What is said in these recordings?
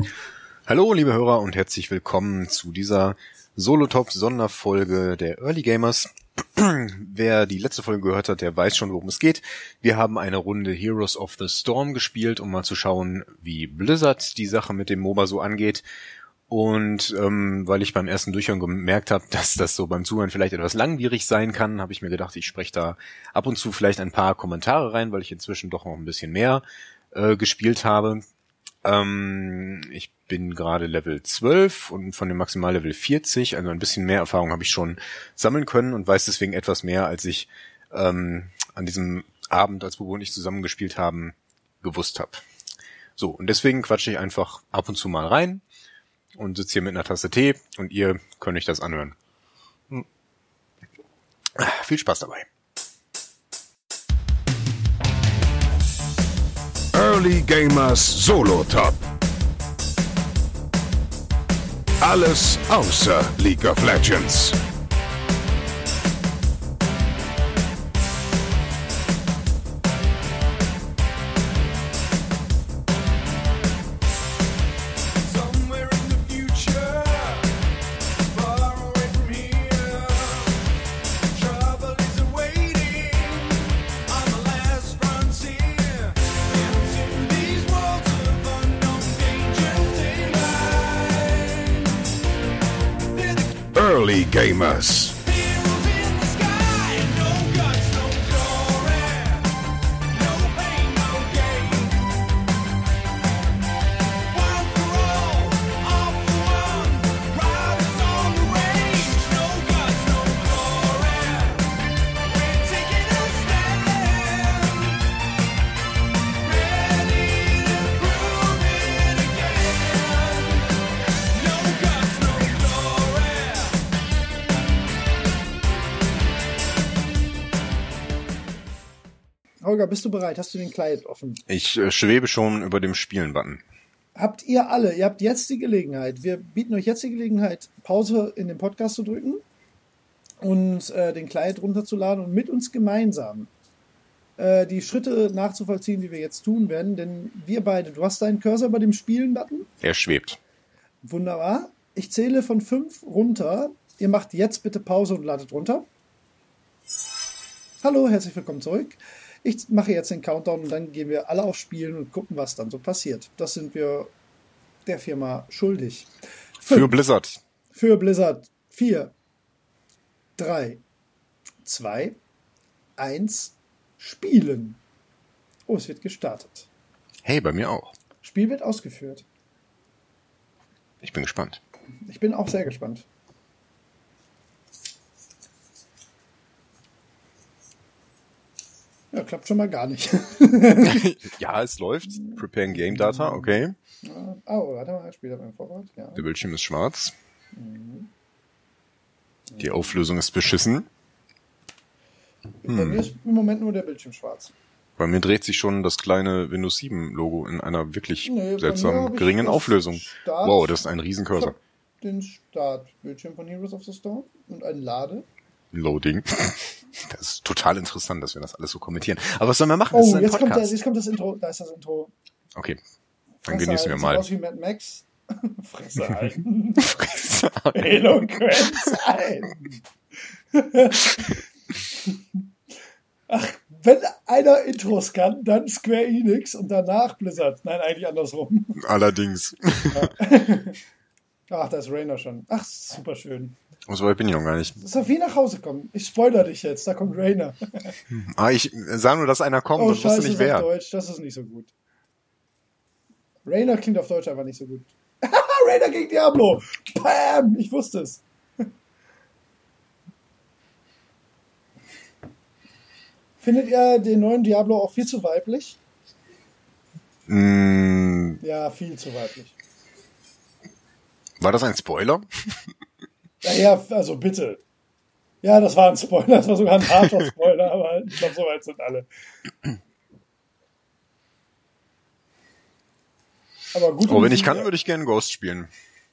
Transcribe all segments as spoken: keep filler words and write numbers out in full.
Hallo, liebe Hörer und herzlich willkommen zu dieser Solotop-Sonderfolge der Early Gamers. Wer die letzte Folge gehört hat, der weiß schon, worum es geht. Wir haben eine Runde Heroes of the Storm gespielt, um mal zu schauen, wie Blizzard die Sache mit dem MOBA so angeht. Und ähm, weil ich beim ersten Durchhören gemerkt habe, dass das so beim Zuhören vielleicht etwas langwierig sein kann, habe ich mir gedacht, ich spreche da ab und zu vielleicht ein paar Kommentare rein, weil ich inzwischen doch noch ein bisschen mehr äh, gespielt habe. Ähm, ich bin gerade Level zwölf und von dem Maximallevel vierzig, also ein bisschen mehr Erfahrung habe ich schon sammeln können und weiß deswegen etwas mehr, als ich ähm, an diesem Abend, als Bubu und ich zusammen gespielt haben, gewusst habe. So, und deswegen quatsche ich einfach ab und zu mal rein und sitze hier mit einer Tasse Tee und ihr könnt euch das anhören. Hm. Viel Spaß dabei. Early Gamers Solo Top. Alles außer League of Legends. Early Gamers. Holger, bist du bereit? Hast du den Client offen? Ich äh, schwebe schon über dem Spielen-Button. Habt ihr alle, ihr habt jetzt die Gelegenheit, wir bieten euch jetzt die Gelegenheit, Pause in den Podcast zu drücken und äh, den Client runterzuladen und mit uns gemeinsam äh, die Schritte nachzuvollziehen, die wir jetzt tun werden. Denn wir beide, du hast deinen Cursor bei dem Spielen-Button? Er schwebt. Wunderbar. Ich zähle von fünf runter. Ihr macht jetzt bitte Pause und ladet runter. Hallo, herzlich willkommen zurück. Ich mache jetzt den Countdown und dann gehen wir alle auf Spielen und gucken, was dann so passiert. Das sind wir der Firma schuldig. Fünf. Für Blizzard. Für Blizzard. Vier, drei, zwei, eins, spielen. Oh, es wird gestartet. Hey, bei mir auch. Spiel wird ausgeführt. Ich bin gespannt. Ich bin auch sehr gespannt. Ja, klappt schon mal gar nicht. Ja, es läuft. Preparing Game Data, okay. Oh, warte mal, Spiel hat mein Vorrat. Ja. Der Bildschirm ist schwarz. Mhm. Die Auflösung ist beschissen. Bei hm. mir ist im Moment nur der Bildschirm schwarz. Bei mir dreht sich schon das kleine Windows sieben Logo in einer wirklich nee, seltsam geringen Auflösung. Start, wow, das ist ein Riesencursor. Den Startbildschirm von Heroes of the Storm und ein Lade. Loading. Das ist total interessant, dass wir das alles so kommentieren. Aber was sollen wir machen? Oh, das ist ein jetzt, Podcast. Kommt der, jetzt kommt das Intro. Da ist das Intro. Okay, dann Fresse genießen wir halten. mal. Sieht aus wie Mad Max. Fresse halten. Fresse halten. Eloquenz halten. Ach, wenn einer Intros kann, dann Square Enix und danach Blizzard. Nein, eigentlich andersrum. Allerdings. Ja. Ach, da ist Rainer schon. Ach, super schön. So weit bin ich noch gar nicht. Soll wie nach Hause kommen? Ich spoiler dich jetzt, da kommt Rainer. Ah, ich sah nur, dass einer kommt oh, und Scheiße, wusste nicht wer. Auf Deutsch, das ist nicht so gut. Rainer klingt auf Deutsch einfach nicht so gut. Rainer gegen Diablo! Bam! Ich wusste es. Findet ihr den neuen Diablo auch viel zu weiblich? Mm. Ja, viel zu weiblich. War das ein Spoiler? Naja, also bitte. Ja, das war ein Spoiler, das war sogar ein harter Spoiler, aber ich glaube, soweit sind alle. Aber gut. Oh, wenn ich kann, würde ich gerne Ghost spielen.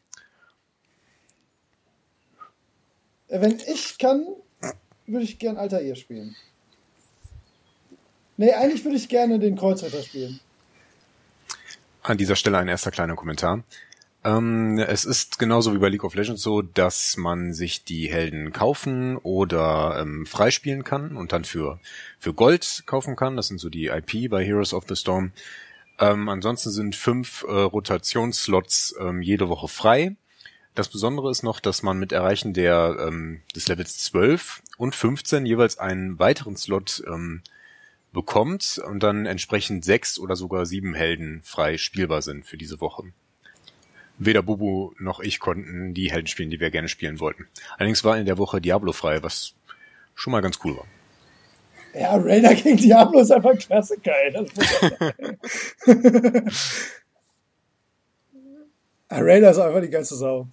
Wenn ich kann, würde ich gerne Altair spielen. Nee, eigentlich würde ich gerne den Kreuzritter spielen. An dieser Stelle ein erster kleiner Kommentar. Ähm, es ist genauso wie bei League of Legends so, dass man sich die Helden kaufen oder ähm, freispielen kann und dann für für Gold kaufen kann. Das sind so die I P bei Heroes of the Storm. Ähm, ansonsten sind fünf äh, Rotationsslots ähm, jede Woche frei. Das Besondere ist noch, dass man mit Erreichen der ähm, des Levels zwölf und fünfzehn jeweils einen weiteren Slot ähm, bekommt und dann entsprechend sechs oder sogar sieben Helden frei spielbar sind für diese Woche. Weder Bubu noch ich konnten die Helden spielen, die wir gerne spielen wollten. Allerdings war in der Woche Diablo frei, was schon mal ganz cool war. Ja, Raider gegen Diablo ist einfach klasse geil. Das ah, Raider ist einfach die geilste Sau.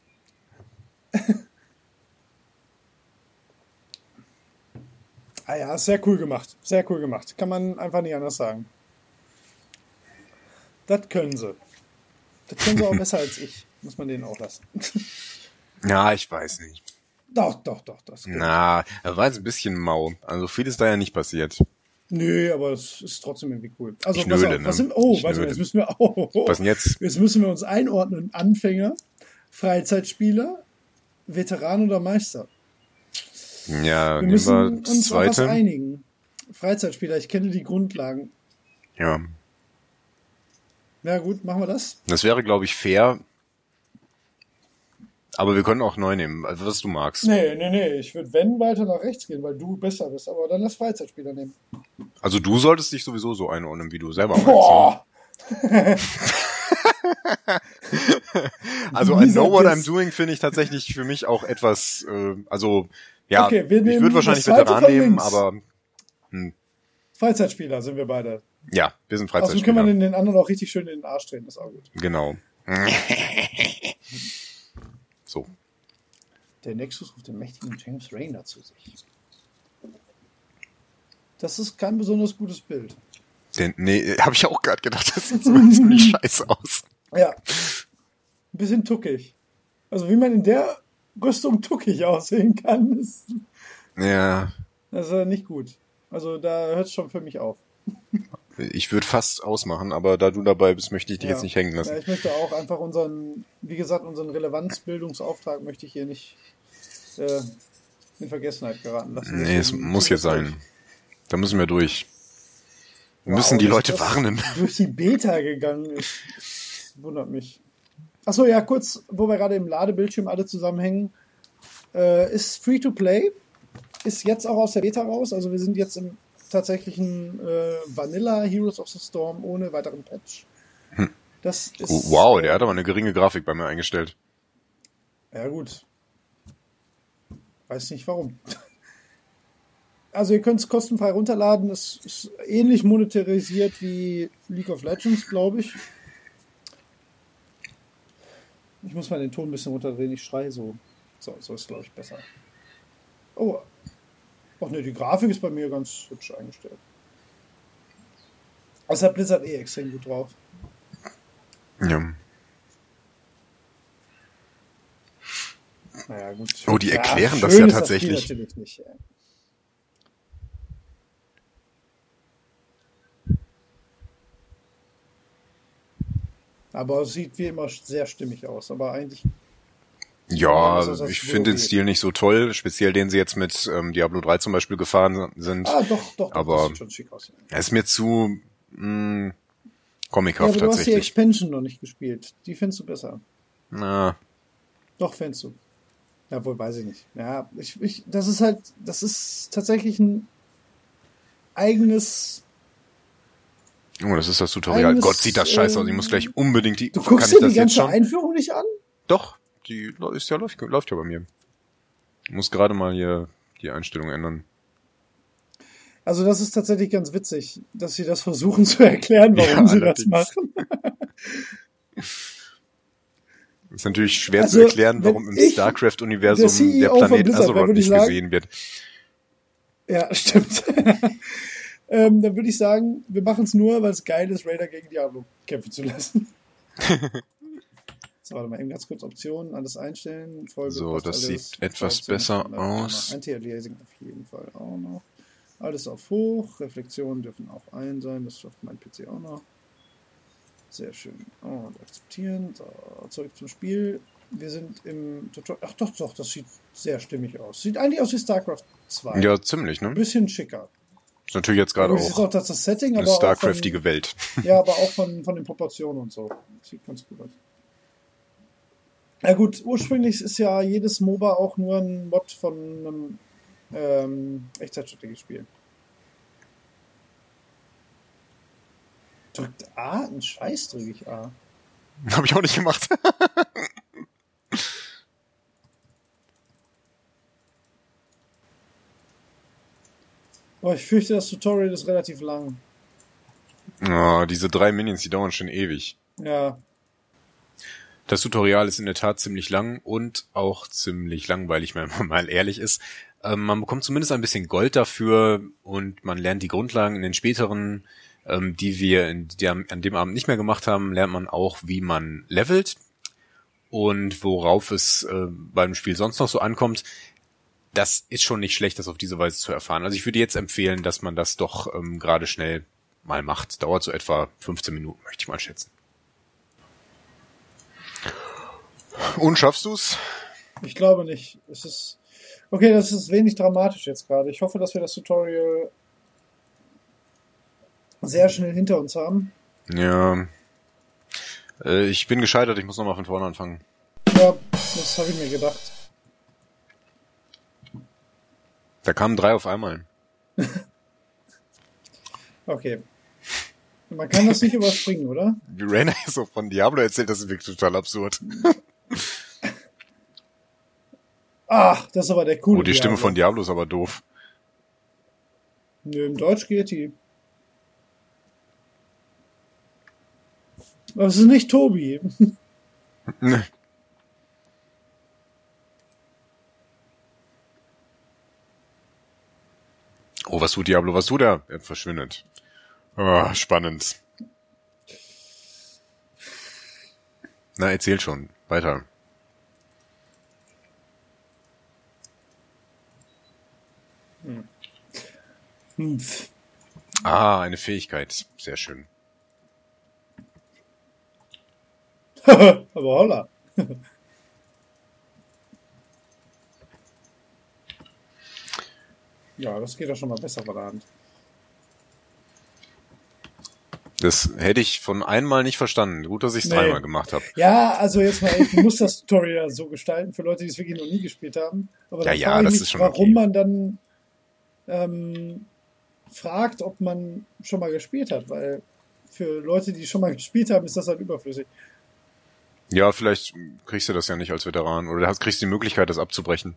Ah ja, sehr cool gemacht. Sehr cool gemacht. Kann man einfach nicht anders sagen. Das können sie. Das können sie auch besser als ich. Muss man denen auch lassen. Ja, ich weiß nicht. Doch, doch, doch. Das Na, er war jetzt ein bisschen mau. Also viel ist da ja nicht passiert. Nö, aber es ist trotzdem irgendwie cool. Also, ich pass nöle, auf, ne? was sind, oh, ich warte mal, nöle. jetzt müssen wir, oh, oh, oh. Was denn jetzt? Jetzt müssen wir uns einordnen. Anfänger, Freizeitspieler, Veteran oder Meister. Ja, Wir nehmen müssen wir uns das auf was zweite. einigen. Freizeitspieler, ich kenne die Grundlagen. Ja, Na gut, machen wir das. das wäre, glaube ich, fair. Aber wir können auch neu nehmen, also was du magst. Nee, nee, nee, ich würde wenn weiter nach rechts gehen, weil du besser bist, aber dann lass Freizeitspieler nehmen. Also du solltest dich sowieso so einordnen, wie du selber meinst. Boah! Also I know what Dieser I'm doing finde ich tatsächlich für mich auch etwas, äh, also ja, Okay, wir ich nehmen würde wahrscheinlich das zweite Veteran von nehmen, links. aber Freizeitspieler sind wir beide. ja, wir sind Außerdem können wir Freizeitspieler. den, den anderen auch richtig schön in den Arsch treten, das ist auch gut. Genau. So. Der Nexus ruft den mächtigen James Rayner zu sich. Das ist kein besonders gutes Bild. Den, nee, habe ich auch gerade gedacht, das sieht sogar ziemlich scheiße aus. Ja. Ein bisschen tuckig. Also wie man in der Rüstung tuckig aussehen kann, ist, Ja, das ist äh, nicht gut. Also da hört es schon für mich auf. ich würde fast ausmachen, aber da du dabei bist, möchte ich dich Ja. jetzt nicht hängen lassen. Ja, ich möchte auch einfach unseren, wie gesagt, unseren Relevanzbildungsauftrag möchte ich hier nicht äh, in Vergessenheit geraten lassen. Nee, es Deswegen muss tut jetzt das sein. durch. Da müssen wir durch. Wir Wow, müssen die dass Leute das warnen. durch die Beta gegangen ist. Das wundert mich. Achso, ja, kurz, wo wir gerade im Ladebildschirm alle zusammenhängen. Äh, ist Free-to-Play. Ist jetzt auch aus der Beta raus. Also wir sind jetzt im tatsächlichen äh, Vanilla Heroes of the Storm ohne weiteren Patch. Das ist, Oh, wow, der hat aber eine geringe Grafik bei mir eingestellt. Ja, gut. Weiß nicht warum. Also ihr könnt es kostenfrei runterladen. Es ist ähnlich monetarisiert wie League of Legends, glaube ich. Ich muss mal den Ton ein bisschen runterdrehen. Ich schreie so. So, so ist, glaube ich, besser. Oh. Ach ne, die Grafik ist bei mir ganz hübsch eingestellt. Außer Blizzard eh extrem gut drauf. Ja. Naja, gut. Oh, die Ja, erklären das schön ja ist tatsächlich. Das Spiel natürlich nicht. Ja. Aber es sieht wie immer sehr stimmig aus. Aber eigentlich. Ja, das ist das ich finde den WoW. Stil nicht so toll, speziell den sie jetzt mit ähm, Diablo drei zum Beispiel gefahren sind. Ah, doch, doch, doch. Aber Das sieht schon schick aus. Er ist mir zu mh, Ja, comichaft aber du hast die tatsächlich. Expansion noch nicht gespielt. Die findest du besser. Na, Doch, findest du. Ja, wohl weiß ich nicht. Ja, ich, ich, das ist halt, das ist tatsächlich ein eigenes. oh, das ist das Tutorial. Eigenes, Gott, sieht das scheiße aus. Ich ähm, muss gleich unbedingt die... Du Kann guckst ich dir das die jetzt ganze schon? Einführung nicht an? Doch, die ist ja läuft, läuft ja bei mir. Ich muss gerade mal hier die Einstellung ändern. Also das ist tatsächlich ganz witzig, dass sie das versuchen zu erklären, warum Ja, sie das allerdings. machen. Ist natürlich schwer Also, zu erklären, wenn warum im ich StarCraft-Universum der C E O der von Planet Blizzard wäre, Azeroth würde ich nicht sagen- gesehen wird. Ja, stimmt. ähm, dann würde ich sagen, wir machen es nur, weil es geil ist, Raider gegen Diablo kämpfen zu lassen. So, warte mal, eben ganz kurz Optionen, alles einstellen. Folge, So, Post, das alles, sieht etwas Optionen, besser äh, aus. Anti-Aliasing auf jeden Fall auch noch. Alles auf hoch. Reflexionen dürfen auch ein sein. Das schafft mein P C auch noch. Sehr schön. Oh, akzeptieren. So, zurück zum Spiel. Wir sind im Tutorial. Ach doch, doch, das sieht sehr stimmig aus. Sieht eigentlich aus wie StarCraft zwei. Ja, ziemlich, ne? Ein bisschen schicker. Ist natürlich jetzt gerade auch, auch, ist auch das, das Setting, eine aber starcraftige auch von, Welt. Ja, aber auch von, von den Proportionen und so. Sieht ganz gut aus. Ja gut, ursprünglich ist ja jedes MOBA auch nur ein Mod von einem ähm, Echtzeitstrategiespiel. Drückt A? Ein Scheiß drücke ich A. Habe ich auch nicht gemacht. Aber ich fürchte, das Tutorial ist relativ lang. Oh, diese drei Minions, die dauern schon ewig. Ja. Das Tutorial ist in der Tat ziemlich lang und auch ziemlich langweilig, wenn man mal ehrlich ist. Ähm, man bekommt zumindest ein bisschen Gold dafür und man lernt die Grundlagen in den späteren, ähm, die wir in der, an dem Abend nicht mehr gemacht haben, lernt man auch, wie man levelt und worauf es äh, beim Spiel sonst noch so ankommt. Das ist schon nicht schlecht, das auf diese Weise zu erfahren. Also ich würde jetzt empfehlen, dass man das doch ähm, gerade schnell mal macht. Dauert so etwa fünfzehn Minuten, möchte ich mal schätzen. Und schaffst du's? Ich glaube nicht. Es ist okay, das ist wenig dramatisch jetzt gerade. Ich hoffe, dass wir das Tutorial sehr schnell hinter uns haben. Ja. Äh, ich bin gescheitert, ich muss nochmal von vorne anfangen. Ja, das habe ich mir gedacht. Da kamen drei auf einmal. Okay. Man kann das nicht überspringen, oder? Wie Rainer so von Diablo erzählt, das ist wirklich total absurd. Ach, das ist aber der coole Oh, die Diablo. Stimme von Diablo ist aber doof. Nö, im Deutsch geht die. Aber es ist nicht Tobi. Oh, was tut Diablo? Was tut er? Er verschwindet. Oh, spannend. Na, erzähl schon. Weiter. Hm. Hm. Ah, eine Fähigkeit. Sehr schön. Aber holla. Ja, das geht doch schon mal besser bei der Hand. Das hätte ich von einmal nicht verstanden. Gut, dass ich es Nee. dreimal gemacht habe. Ja, also jetzt mal, ich muss das Tutorial so gestalten für Leute, die es wirklich noch nie gespielt haben. Aber Ja, dann ja, frage ich das mich, ist schon warum okay. man dann ähm, fragt, ob man schon mal gespielt hat, weil für Leute, die schon mal gespielt haben, ist das halt überflüssig. Ja, vielleicht kriegst du das ja nicht als Veteran. Oder hast, kriegst du die Möglichkeit, das abzubrechen.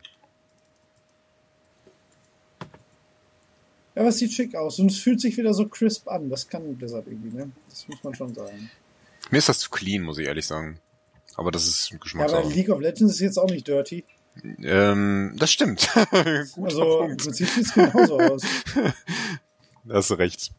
Ja, aber es sieht schick aus und es fühlt sich wieder so crisp an. Das kann Blizzard irgendwie, ne? Das muss man schon sagen. Mir ist das zu clean, muss ich ehrlich sagen. Aber das ist Ja, aber Geschmackssache. League of Legends ist jetzt auch nicht dirty. Ähm, das stimmt. Guter Also im Punkt. Prinzip sieht es genauso aus. Da hast du recht.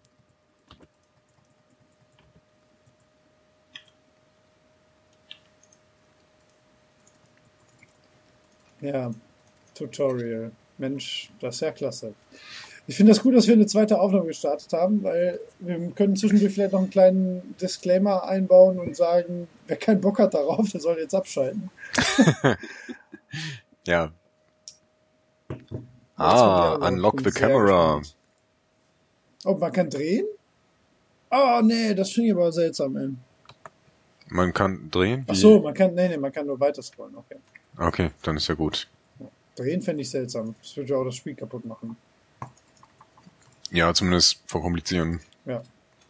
Ja, Tutorial. Mensch, das ist ja klasse. Ich finde das gut, dass wir eine zweite Aufnahme gestartet haben, weil wir können zwischendurch vielleicht noch einen kleinen Disclaimer einbauen und sagen, wer keinen Bock hat darauf, der soll jetzt abschalten. Ja. Jetzt kommt Ah, Diablo. Ich unlock bin the sehr camera. gespannt. Oh, man kann drehen? Oh, nee, das finde ich aber seltsam, ey. Man kann drehen? Ach Wie? so, man kann, nee, nee, man kann nur weiter scrollen, okay. Okay, dann ist ja gut. Drehen fände ich seltsam. Das würde ja auch das Spiel kaputt machen. Ja, zumindest verkomplizieren. Ja.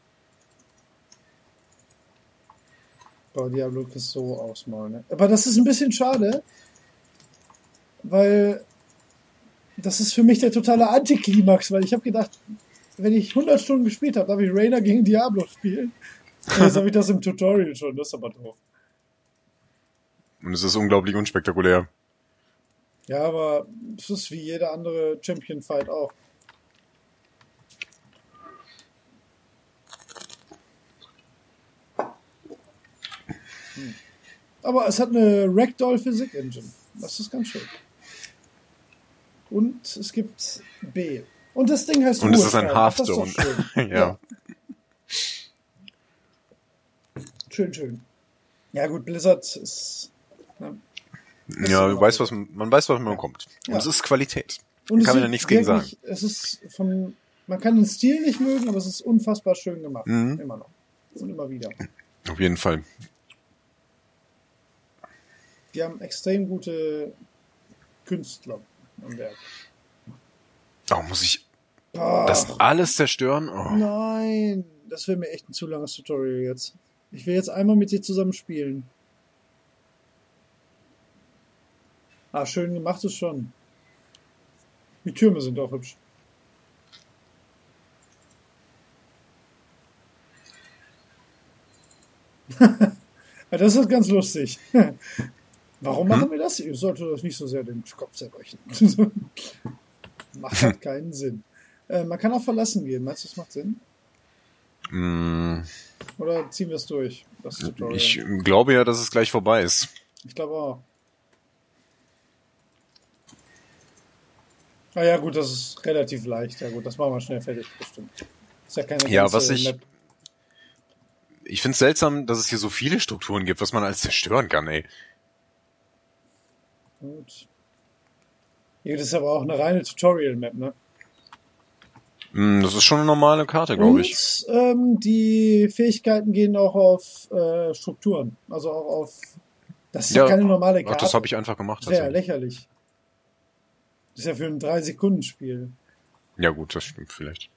Boah, Diablo ist so ausmalen, ne? Aber das ist ein bisschen schade, weil das ist für mich der totale Antiklimax, weil ich habe gedacht, wenn ich hundert Stunden gespielt habe, darf ich Rainer gegen Diablo spielen. Und jetzt habe ich das im Tutorial schon, das ist aber doof. Und es ist unglaublich unspektakulär. Ja, aber es ist wie jeder andere Champion-Fight auch. Hm. Aber es hat eine Ragdoll Physik Engine. Das ist ganz schön. Und es gibt B. Und das Ding heißt Und es ist ein Ruhestand. Das ist doch Hearthstone. schön. Ja. schön, schön. Ja gut, Blizzard ist... Ne, ist Ja, immer du weißt, gut. was, man weiß, was man bekommt. Und Ja. es ist Qualität. Und Da es kann man ja sieht nichts gegen sagen. wirklich, es ist von, man kann den Stil nicht mögen, aber es ist unfassbar schön gemacht. Mhm. Immer noch. Und immer wieder. Auf jeden Fall. Die haben extrem gute Künstler am Werk. Oh, muss ich Boah, das alles zerstören? Oh. nein, das wäre mir echt ein zu langes Tutorial jetzt. Ich will jetzt einmal mit dir zusammen spielen. Ah, schön gemacht ist schon. Die Türme sind auch hübsch. Ja, das ist ganz lustig. Warum machen wir das? Ihr solltet das nicht so sehr den Kopf zerbrechen. Macht halt keinen Sinn. Äh, man kann auch verlassen gehen. Meinst du, das macht Sinn? Mm, Oder ziehen wir es durch? Das Tutorial? ich glaube ja, dass es gleich vorbei ist. Ich glaube auch. Ah ja, gut, das ist relativ leicht. Ja gut, das machen wir schnell fertig, bestimmt. Ist ja keine Ja, ganze was ich- Map. Ich finde es seltsam, dass es hier so viele Strukturen gibt, was man alles zerstören kann, ey. Gut. Ja, das ist aber auch eine reine Tutorial-Map, ne? Mm, das ist schon eine normale Karte, glaube ich. Und ähm, die Fähigkeiten gehen auch auf äh, Strukturen. Also auch auf... Das ist ja, Ja, keine normale Ach, Karte. das habe ich einfach gemacht. Das wäre ja tatsächlich. lächerlich. Das ist ja für ein drei Sekunden Spiel. Ja gut, das stimmt vielleicht.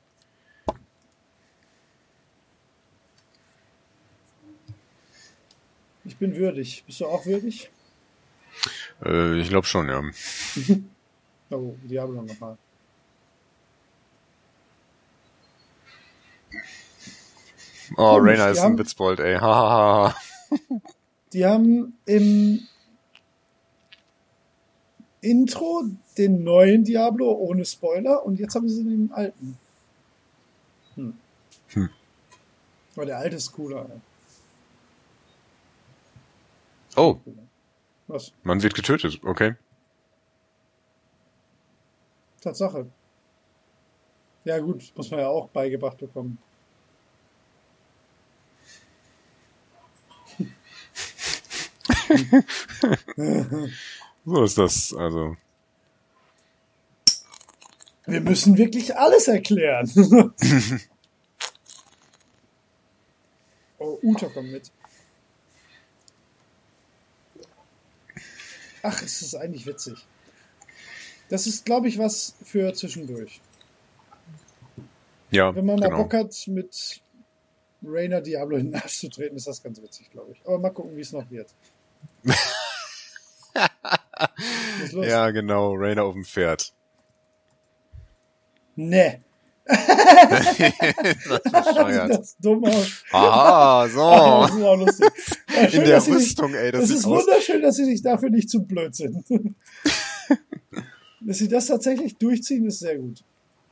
Ich bin würdig. Bist du auch würdig? Äh, ich glaube schon, ja. Oh, Diablo nochmal. Oh, Komisch, Rainer die ist ein haben- Witzbold, ey. Hahaha. Die haben im Intro den neuen Diablo ohne Spoiler und jetzt haben sie den alten. Hm. Hm. Aber der alte ist cooler. Ey. Oh, Was? man wird getötet, okay. Tatsache. Ja gut, muss man ja auch beigebracht bekommen. So ist das, also. Wir müssen wirklich alles erklären. Oh, Uta kommt mit. Ach, es ist eigentlich witzig. Das ist, glaube ich, was für zwischendurch. Ja, Wenn man mal genau. Bock hat, mit Rainer Diablo in den Arsch zu treten, ist das ganz witzig, glaube ich. Aber mal gucken, wie es noch wird. Was ist los? Ja, genau, Rainer auf dem Pferd. Nee. Das ist Sieht bescheuert. das dumm aus. Aha, Ah, das so. ist auch lustig. Ja, schön, In der dass sie sich- Rüstung, ey, das Es sieht ist aus. wunderschön, dass sie sich dafür nicht zu blöd sind. Dass sie das tatsächlich durchziehen, ist sehr gut.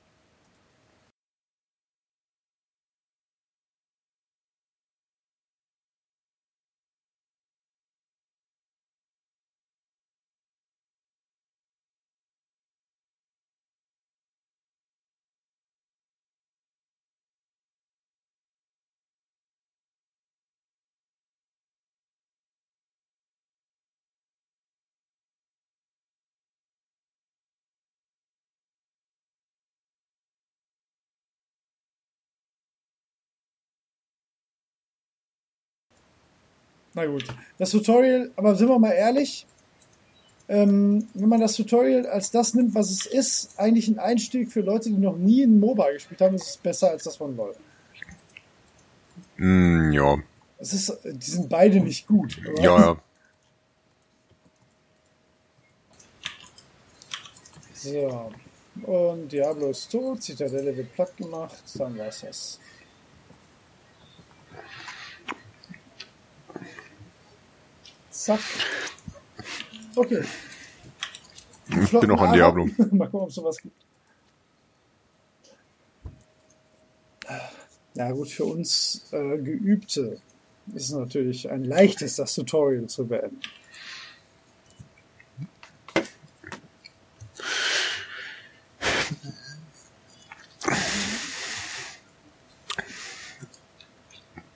Na gut. Das Tutorial, aber sind wir mal ehrlich, ähm, wenn man das Tutorial als das nimmt, was es ist, eigentlich ein Einstieg für Leute, die noch nie in MOBA gespielt haben, ist es besser als das von LoL. Mm, ja, Es ist, die sind beide nicht gut. Oder? ja, ja. So. Und Diablo ist tot, Zitadelle wird platt gemacht, dann war's das. Zack. Okay. Ich bin noch an Diablo. Mal gucken, ob es sowas gibt. Ja gut, für uns äh, Geübte ist es natürlich ein leichtes, das Tutorial zu beenden.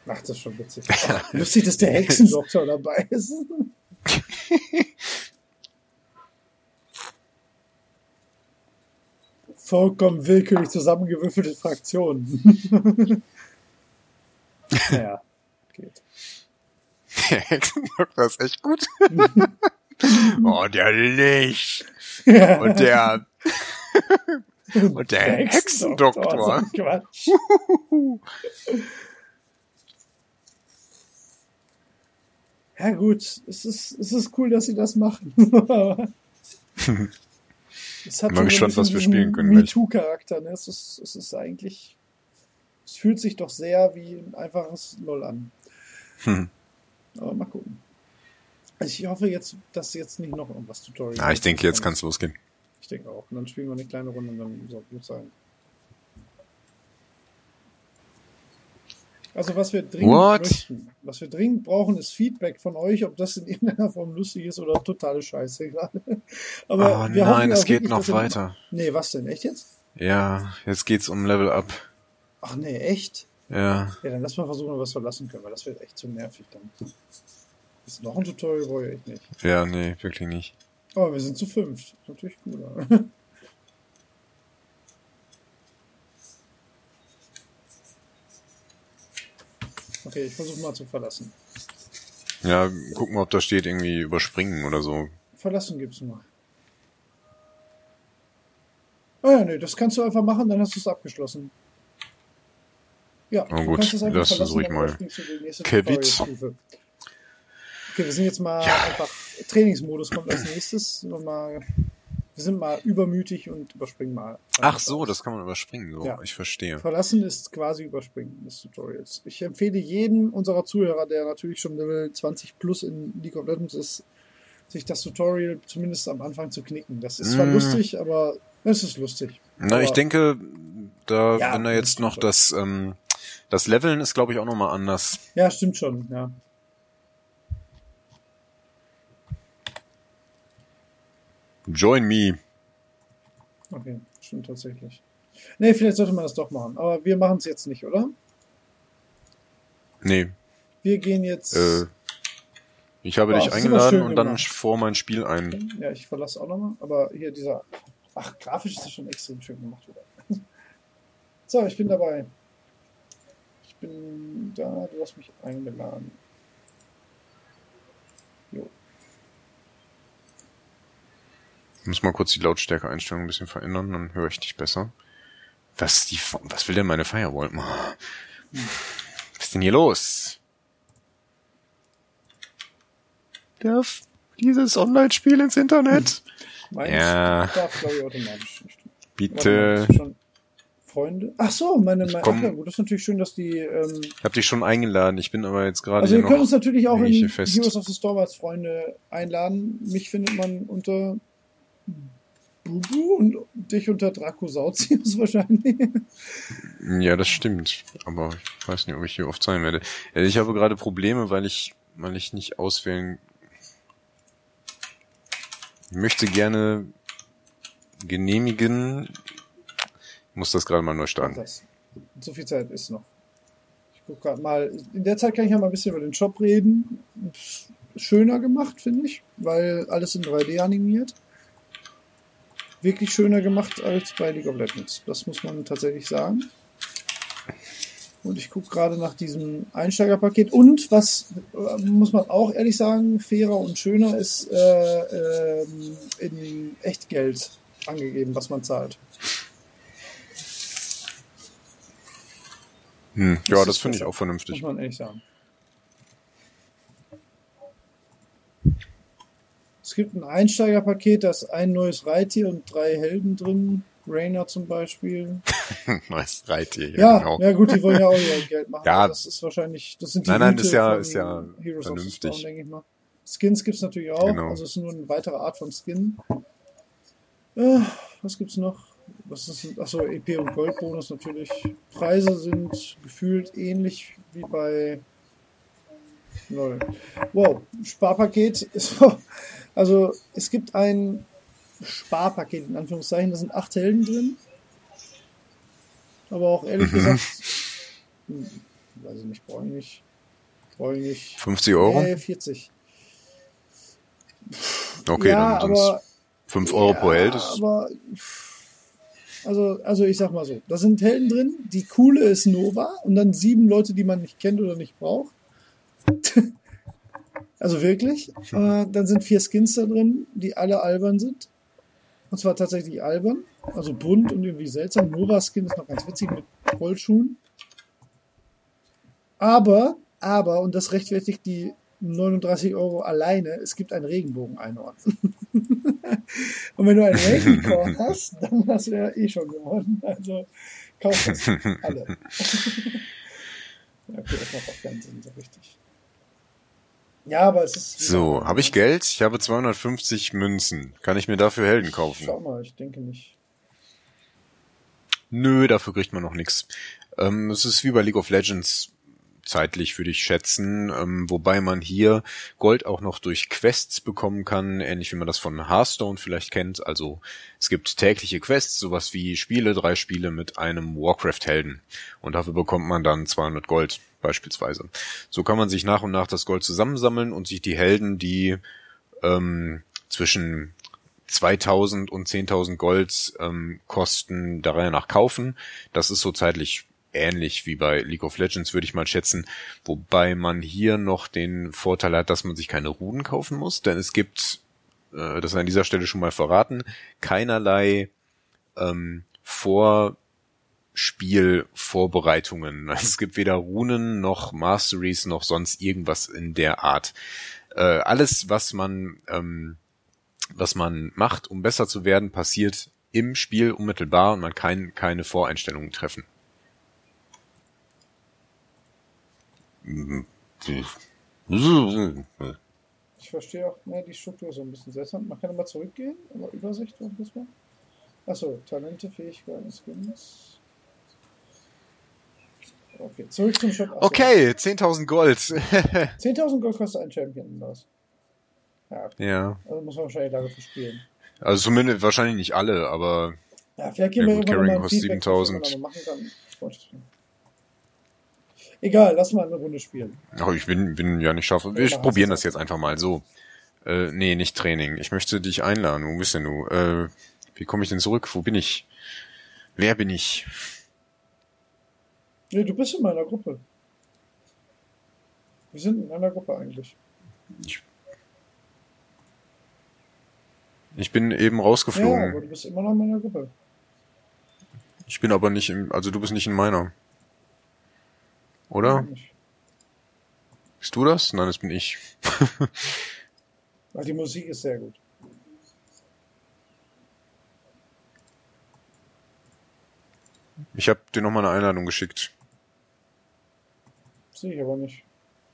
Ach, das ist schon witzig. Lustig, dass der Hexendoktor dabei ist. Vollkommen willkürlich zusammengewürfelte Fraktionen. Naja, geht. Der Hexendoktor ist echt gut. Oh, der Licht. Ja. Und der... Und der, der Hexendoktor. Hexendoktor. So Quatsch. Ja gut, es ist, es ist cool, dass sie das machen. Es hat Mal gespannt, was wir spielen können. MeToo-Charakter, ne? Es ist, es ist eigentlich, es fühlt sich doch sehr wie ein einfaches LOL an. Hm. Aber mal gucken. Also ich hoffe jetzt, dass jetzt nicht noch irgendwas Tutorial. Ah, ich denke, jetzt kann es losgehen. Ich denke auch. Und dann spielen wir eine kleine Runde und dann soll es gut sein. Also was wir dringend What? möchten, was wir dringend brauchen, ist Feedback von euch, ob das in irgendeiner Form lustig ist oder totale Scheiße gerade. Aber Oh wir nein, es auch geht wirklich, noch dass wir- weiter. Nee, was denn? Echt jetzt? Ja, jetzt geht's um Level Up. Ach nee, echt? Ja. Ja, dann lass mal versuchen, was wir lassen können, weil das wird echt zu nervig dann. Ist noch ein Tutorial, brauche ich echt nicht. Ja, nee, wirklich nicht. Aber wir sind zu fünft. Ist natürlich cooler. Okay, ich versuche mal zu verlassen. Ja, gucken wir, ob da steht irgendwie überspringen oder so. Verlassen gibt's nur. Ah ja, nee, das kannst du einfach machen, dann hast du es abgeschlossen. Ja, Oh du gut, kannst es einfach lass uns verlassen, ruhig dann mal. überspringst du die nächste Kevitz. Tutorial-Stufe. Okay, wir sind jetzt mal Ja. einfach, Trainingsmodus kommt als nächstes. Sind Wir, mal, wir sind mal übermütig und überspringen mal. Ach so, das kann man überspringen, so. Ja. Ich verstehe. Verlassen ist quasi Überspringen des Tutorials. Ich empfehle jedem unserer Zuhörer, der natürlich schon Level zwanzig plus in League of Legends ist, sich das Tutorial zumindest am Anfang zu knicken. Das ist zwar Mm. lustig, aber es ist lustig. Na, aber, ich denke, da, Ja, wenn da jetzt noch stimmt. das, ähm, das Leveln ist, glaube ich, auch nochmal anders. Ja, stimmt schon, ja. Join me. Okay, stimmt tatsächlich. Nee, vielleicht sollte man das doch machen. Aber wir machen es jetzt nicht, oder? Nee, Wir gehen jetzt... äh, ich habe Boah, dich das ist aber eingeladen schön und dann gemacht. vor mein Spiel ein. Ja, ich verlasse auch nochmal. Aber hier dieser... Ach, grafisch ist das schon extrem schön gemacht wieder. So, ich bin dabei. Ich bin da, du hast mich eingeladen. Jo. Ich muss mal kurz die Lautstärke-Einstellung ein bisschen verändern, dann höre ich dich besser. Was die, was will denn meine Firewall? Was ist denn hier los? Darf dieses Online-Spiel ins Internet? Meins Ja. darf, glaube ich, automatisch nicht. Warte mal, Bitte. hast du schon Freunde? Ach so, meine, meine komm. ach ja, gut, das ist natürlich schön, dass die... Ähm, Ich habe dich schon eingeladen. Ich bin aber jetzt gerade also hier ihr könnt noch. uns natürlich auch häng ich in hier fest. Heroes of the Storm als Freunde einladen. Mich findet man unter Bubu und dich unter Dracosaurus wahrscheinlich. Ja, das stimmt. Aber ich weiß nicht, ob ich hier oft sein werde. Ja, ich habe gerade Probleme, weil ich, weil ich nicht auswählen. Ich möchte gerne genehmigen. Ich muss das gerade mal neu starten. Das. So viel Zeit ist noch. Ich gucke gerade mal. In der Zeit kann ich ja mal ein bisschen über den Shop reden. Schöner gemacht, finde ich, weil alles in drei D animiert. Wirklich schöner gemacht als bei League of Legends. Das muss man tatsächlich sagen. Und ich gucke gerade nach diesem Einsteigerpaket. Und was äh, muss man auch ehrlich sagen, fairer und schöner ist äh, ähm, in Echtgeld angegeben, was man zahlt. Hm, Das ja, ist das finde ich besser. auch Muss vernünftig. man ehrlich sagen. Es gibt ein Einsteigerpaket, da ist ein neues Reittier und drei Helden drin. Rainer zum Beispiel. Neues Reittier, ja, Ja, genau. ja gut, die wollen ja auch ihr Geld machen. Ja. Das ist wahrscheinlich, das sind die Nein, nein, Hüte ist ja- von ist ja Heroes of the vernünftig. Storm, denke ich mal. Skins gibt's natürlich auch, Genau. also es ist nur eine weitere Art von Skin. Äh, was gibt's noch? Was ist, achso, E P und Goldbonus natürlich. Preise sind gefühlt ähnlich wie bei LOL. Wow, Sparpaket ist, also es gibt ein Sparpaket in Anführungszeichen, da sind acht Helden drin. Aber auch ehrlich Mhm. gesagt, weiß ich nicht, brauche ich nicht. Brauche ich nicht. fünfzig Euro? Nee, vierzig. Okay, ja, dann aber fünf Euro ja, pro Held. Ist aber also, also ich sag mal so, da sind Helden drin. Die coole ist Nova und dann sieben Leute, die man nicht kennt oder nicht braucht. Also wirklich. Äh, dann sind vier Skins da drin, die alle albern sind. Und zwar tatsächlich albern. Also bunt und irgendwie seltsam. Nova-Skin ist noch ganz witzig mit Goldschuhen. Aber, aber, und das rechtfertigt die neununddreißig Euro alleine, es gibt ein Regenbogen-Einhorn. Und wenn du ein Ravenclaw hast, dann hast du ja eh schon gewonnen. Also kauf das alle. Ja, okay, das macht auch keinen Sinn so richtig. Ja, aber es ist... So, habe ich Geld? Ich habe zweihundertfünfzig Münzen. Kann ich mir dafür Helden kaufen? Schau mal, ich denke nicht. Nö, dafür kriegt man noch nichts. Ähm, es ist wie bei League of Legends zeitlich, würde ich schätzen, ähm, wobei man hier Gold auch noch durch Quests bekommen kann, ähnlich wie man das von Hearthstone vielleicht kennt. Also es gibt tägliche Quests, sowas wie Spiele, drei Spiele mit einem Warcraft-Helden. Und dafür bekommt man dann zweihundert Gold beispielsweise. So kann man sich nach und nach das Gold zusammensammeln und sich die Helden, die ähm, zwischen zweitausend und zehntausend Gold ähm, kosten, der Reihe nach kaufen. Das ist so zeitlich ähnlich wie bei League of Legends, würde ich mal schätzen, wobei man hier noch den Vorteil hat, dass man sich keine Runen kaufen muss, denn es gibt, äh, das an dieser Stelle schon mal verraten, keinerlei ähm, Vorspielvorbereitungen. Also es gibt weder Runen noch Masteries noch sonst irgendwas in der Art. Äh, alles, was man ähm, was man macht, um besser zu werden, passiert im Spiel unmittelbar und man kann keine Voreinstellungen treffen. Ich verstehe auch, ne, die Struktur ist so ein bisschen seltsam. Man kann immer zurückgehen, aber Übersicht, was das war. Achso, Talente, Fähigkeiten, Skins. Okay, zurück zum Shop. Achso. Okay, zehntausend Gold. zehntausend Gold kostet ein Champion, das. Ja, okay. Ja. Also muss man wahrscheinlich lange für spielen. Also zumindest wahrscheinlich nicht alle, aber ja, vielleicht gehen ja, wir gut, irgendwann Carrying mal ein kostet Feedback, was man siebentausend. da machen kann. Egal, lass mal eine Runde spielen. Ach, ich bin, bin ja nicht scharf. Wir probieren das jetzt einfach mal so. Äh, nee, nicht Training. Ich möchte dich einladen. Wo bist denn du? Äh, wie komme ich denn zurück? Wo bin ich? Wer bin ich? Nee, du bist in meiner Gruppe. Wir sind in einer Gruppe eigentlich. Ich, ich bin eben Ja, rausgeflogen. aber du bist immer noch in meiner Gruppe. Ich bin aber nicht im, also du bist nicht in meiner. Oder? Nicht. Bist du das? Nein, das bin ich. Ach, die Musik ist sehr gut. Ich habe dir nochmal eine Einladung geschickt. Sehe ich aber nicht.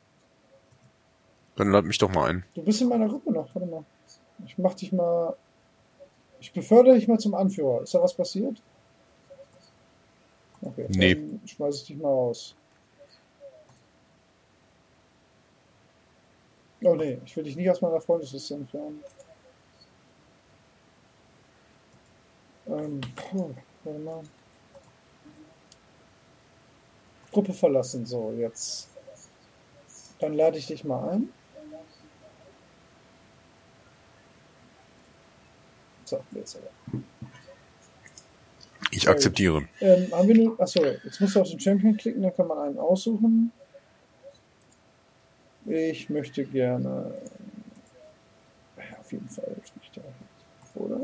Dann lad mich doch mal ein. Du bist in meiner Gruppe noch, warte mal. Ich mach dich mal. Ich befördere dich mal zum Anführer. Ist da was passiert? Okay, Nee. dann schmeiß ich dich mal raus. Oh nee, ich will dich nicht aus meiner Freundesliste entfernen. Ähm, puh, warte mal. Gruppe verlassen, so, jetzt. Dann lade ich dich mal ein. So, jetzt aber. Ich akzeptiere. Ähm, haben wir nur, achso, jetzt musst du auf den Champion klicken, dann kann man einen aussuchen. Ich möchte gerne. Ja, auf jeden Fall. Oder?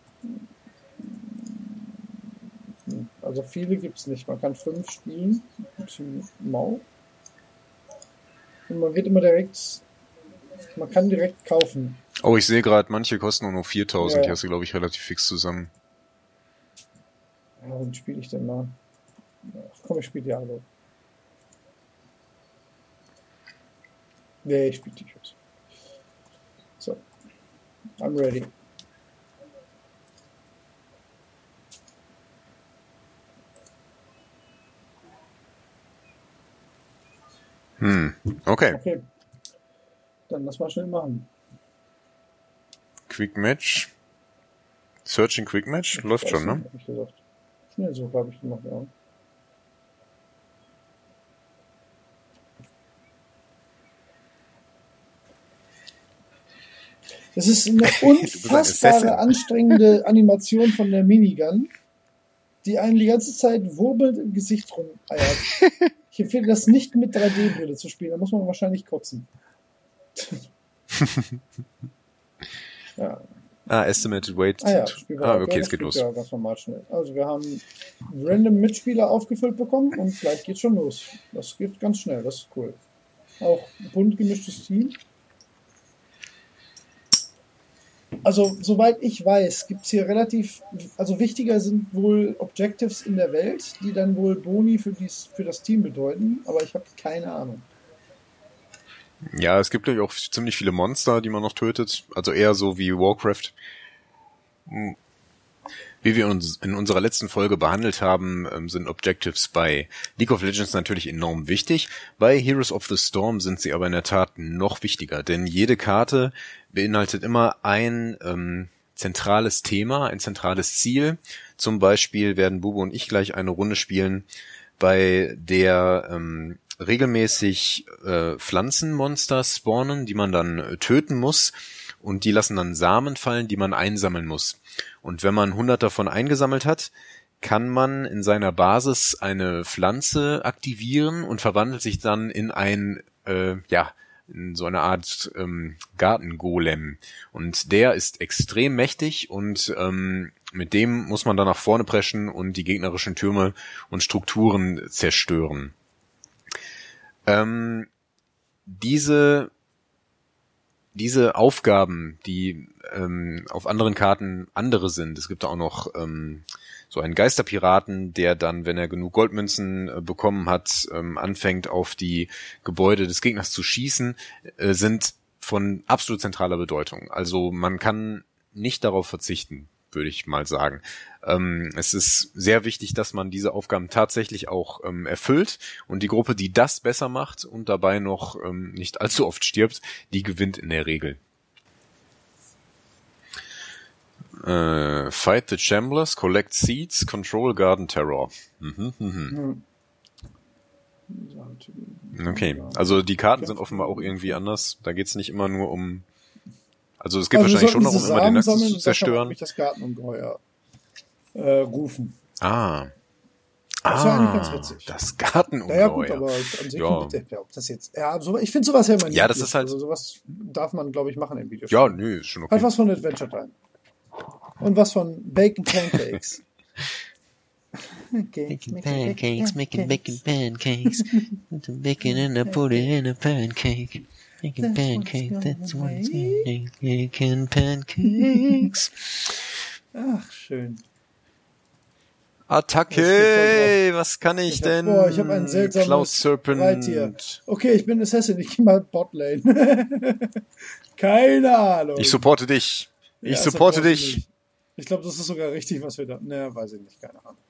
Also viele gibt es nicht. Man kann fünf spielen. Ein bisschen mau. Und man wird immer direkt. Man kann direkt kaufen. Oh, ich sehe gerade, manche kosten nur noch viertausend. Ja. Die hast du, glaube ich, relativ fix zusammen. Ja, wen spiele ich denn mal? Ach komm, ich spiele Diablo. Nee, ich spiele T-Shirts. So. I'm ready. Hm, okay. Okay. Dann lass mal schnell machen. Quick Match. Searching Quick Match? Läuft Weiß schon, nicht, ne? hab ich gesagt. Schnell so habe ich gemacht, ja. Das ist eine ein Assassin. unfassbare, anstrengende Animation von der Minigun, die einen die ganze Zeit wirbelnd im Gesicht rumeiert. Ich empfehle das nicht mit drei D-Brille zu spielen, da muss man wahrscheinlich kotzen. Ja. Ah, Estimated Wait. Ah ja, Spielbar. Ah, okay, ja, es geht los. Ja, ganz normal schnell. Also wir haben random Mitspieler aufgefüllt bekommen und gleich geht's schon los. Das geht ganz schnell, das ist cool. Auch bunt gemischtes Team. Also, soweit ich weiß, gibt es hier relativ, also wichtiger sind wohl Objectives in der Welt, die dann wohl Boni für, dies, für das Team bedeuten, aber ich habe keine Ahnung. Ja, es gibt ja auch ziemlich viele Monster, die man noch tötet. Also eher so wie Warcraft. Wie wir uns in unserer letzten Folge behandelt haben, sind Objectives bei League of Legends natürlich enorm wichtig. Bei Heroes of the Storm sind sie aber in der Tat noch wichtiger, denn jede Karte beinhaltet immer ein ähm, zentrales Thema, ein zentrales Ziel. Zum Beispiel werden Bubu und ich gleich eine Runde spielen, bei der ähm, regelmäßig äh, Pflanzenmonster spawnen, die man dann äh, töten muss, und die lassen dann Samen fallen, die man einsammeln muss. Und wenn man hundert davon eingesammelt hat, kann man in seiner Basis eine Pflanze aktivieren und verwandelt sich dann in ein, äh, ja, in so eine Art ähm, Gartengolem. Und der ist extrem mächtig und ähm, mit dem muss man dann nach vorne preschen und die gegnerischen Türme und Strukturen zerstören. Ähm, diese diese Aufgaben, die ähm, auf anderen Karten andere sind, es gibt da auch noch ähm, so einen Geisterpiraten, der dann, wenn er genug Goldmünzen äh, bekommen hat, ähm, anfängt auf die Gebäude des Gegners zu schießen, äh, sind von absolut zentraler Bedeutung. Also man kann nicht darauf verzichten, würde ich mal sagen. Ähm, es ist sehr wichtig, dass man diese Aufgaben tatsächlich auch ähm, erfüllt, und die Gruppe, die das besser macht und dabei noch ähm, nicht allzu oft stirbt, die gewinnt in der Regel. Äh, fight the Chamblers, collect seeds, control garden terror. Mhm, mhm. Okay, also die Karten sind offenbar auch irgendwie anders. Da geht's nicht immer nur um... Also es geht also wahrscheinlich schon noch um immer den Nexus sammeln, zu zerstören. Ich das Gartenungeheuer äh, rufen. Ah. Das ist ja eigentlich ganz witzig. Das Gartenungeheuer. Ja, gut, aber an sich ja. Nicht, ob das jetzt. Ja, so, ich finde sowas ja immer nicht. Ja, das ist halt. Also sowas darf man, glaube ich, machen im Videospiel. Ja, nö, ist schon okay. Halt was von Adventure Time. Und was von Bacon Pancakes. Making pancakes, making bacon pancakes. Put the bacon and I put it in a pancake. Making pancakes, that's what it's making. Bacon pancakes. Ach, schön. Attacke! Was kann ich, ich hab, denn? Boah, ich habe ein seltsames Cloud Serpent. Reittier. Okay, ich bin Assassin, ich geh mal Botlane. Keine Ahnung. Ich supporte dich. Ich ja, supporte dich. Nicht. Ich glaube, das ist sogar richtig, was wir da... Naja, weiß ich nicht, keine Ahnung.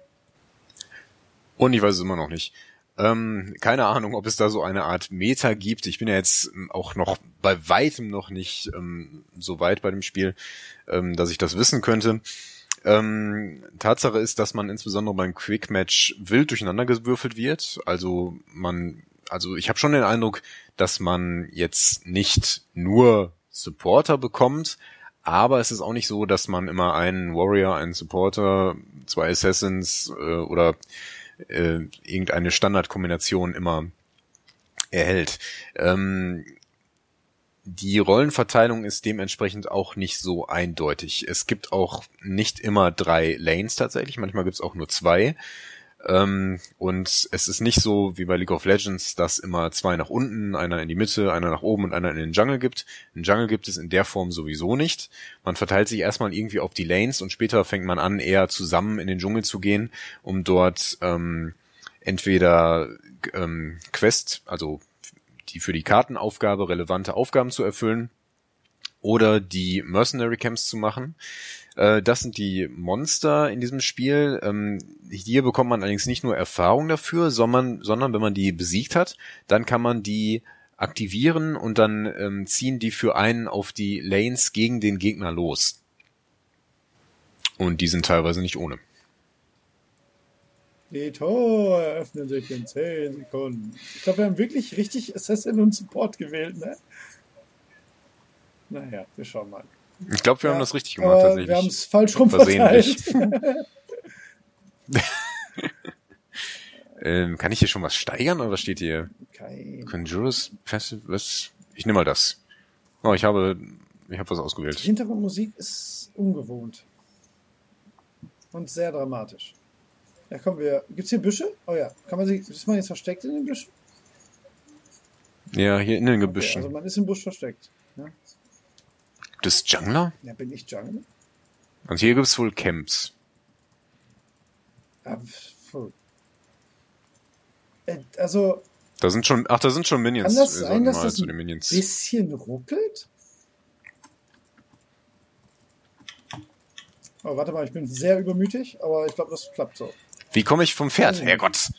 Und ich weiß es immer noch nicht. Ähm, keine Ahnung, ob es da so eine Art Meta gibt. Ich bin ja jetzt auch noch bei weitem noch nicht ähm, so weit bei dem Spiel, ähm, dass ich das wissen könnte. Ähm, Tatsache ist, dass man insbesondere beim Quick Match wild durcheinander gewürfelt wird. Also man, also ich habe schon den Eindruck, dass man jetzt nicht nur Supporter bekommt, aber es ist auch nicht so, dass man immer einen Warrior, einen Supporter, zwei Assassins äh, oder äh, irgendeine Standardkombination immer erhält. Ähm, Die Rollenverteilung ist dementsprechend auch nicht so eindeutig. Es gibt auch nicht immer drei Lanes tatsächlich, manchmal gibt es auch nur zwei. Ähm, und es ist nicht so wie bei League of Legends, dass immer zwei nach unten, einer in die Mitte, einer nach oben und einer in den Jungle gibt. Einen Jungle gibt es in der Form sowieso nicht. Man verteilt sich erstmal irgendwie auf die Lanes und später fängt man an, eher zusammen in den Dschungel zu gehen, um dort ähm, entweder ähm, Quest, also die für die Kartenaufgabe relevante Aufgaben zu erfüllen oder die Mercenary Camps zu machen. Äh, das sind die Monster in diesem Spiel. Ähm, hier bekommt man allerdings nicht nur Erfahrung dafür, sondern, sondern wenn man die besiegt hat, dann kann man die aktivieren und dann ähm, ziehen die für einen auf die Lanes gegen den Gegner los. Und die sind teilweise nicht ohne. Die Tore öffnen sich in zehn Sekunden. Ich glaube, wir haben wirklich richtig Assassin und Support gewählt, ne? Naja, wir schauen mal. Ich glaube, wir Ja, haben das richtig gemacht, aber tatsächlich. wir haben es falsch rum verteilt. Versehentlich. ähm, kann ich hier schon was steigern oder was steht hier? Kein. Conjurers Passive, was? Ich nehme mal das. Oh, ich habe, ich habe was Die ausgewählt. Hintergrundmusik ist ungewohnt. Und sehr dramatisch. Ja, kommen wir. Gibt's hier Büsche? Oh ja. Kann man sich. Ist man jetzt versteckt in den Büschen? Ja, hier in den Okay, Gebüschen. also man ist im Busch versteckt. Ja, Gibt es Jungler? ja bin ich Jungle? Und hier gibt es wohl Camps. Ja, puh. Äh, also, Da sind schon, ach, da sind schon Minions. kann das Wir sein, sollten dass mal das zu ein den Minions. bisschen ruckelt? Oh, warte mal, ich bin sehr übermütig, aber ich glaube, das klappt so. Wie komme ich vom Pferd? Oh. Herrgott.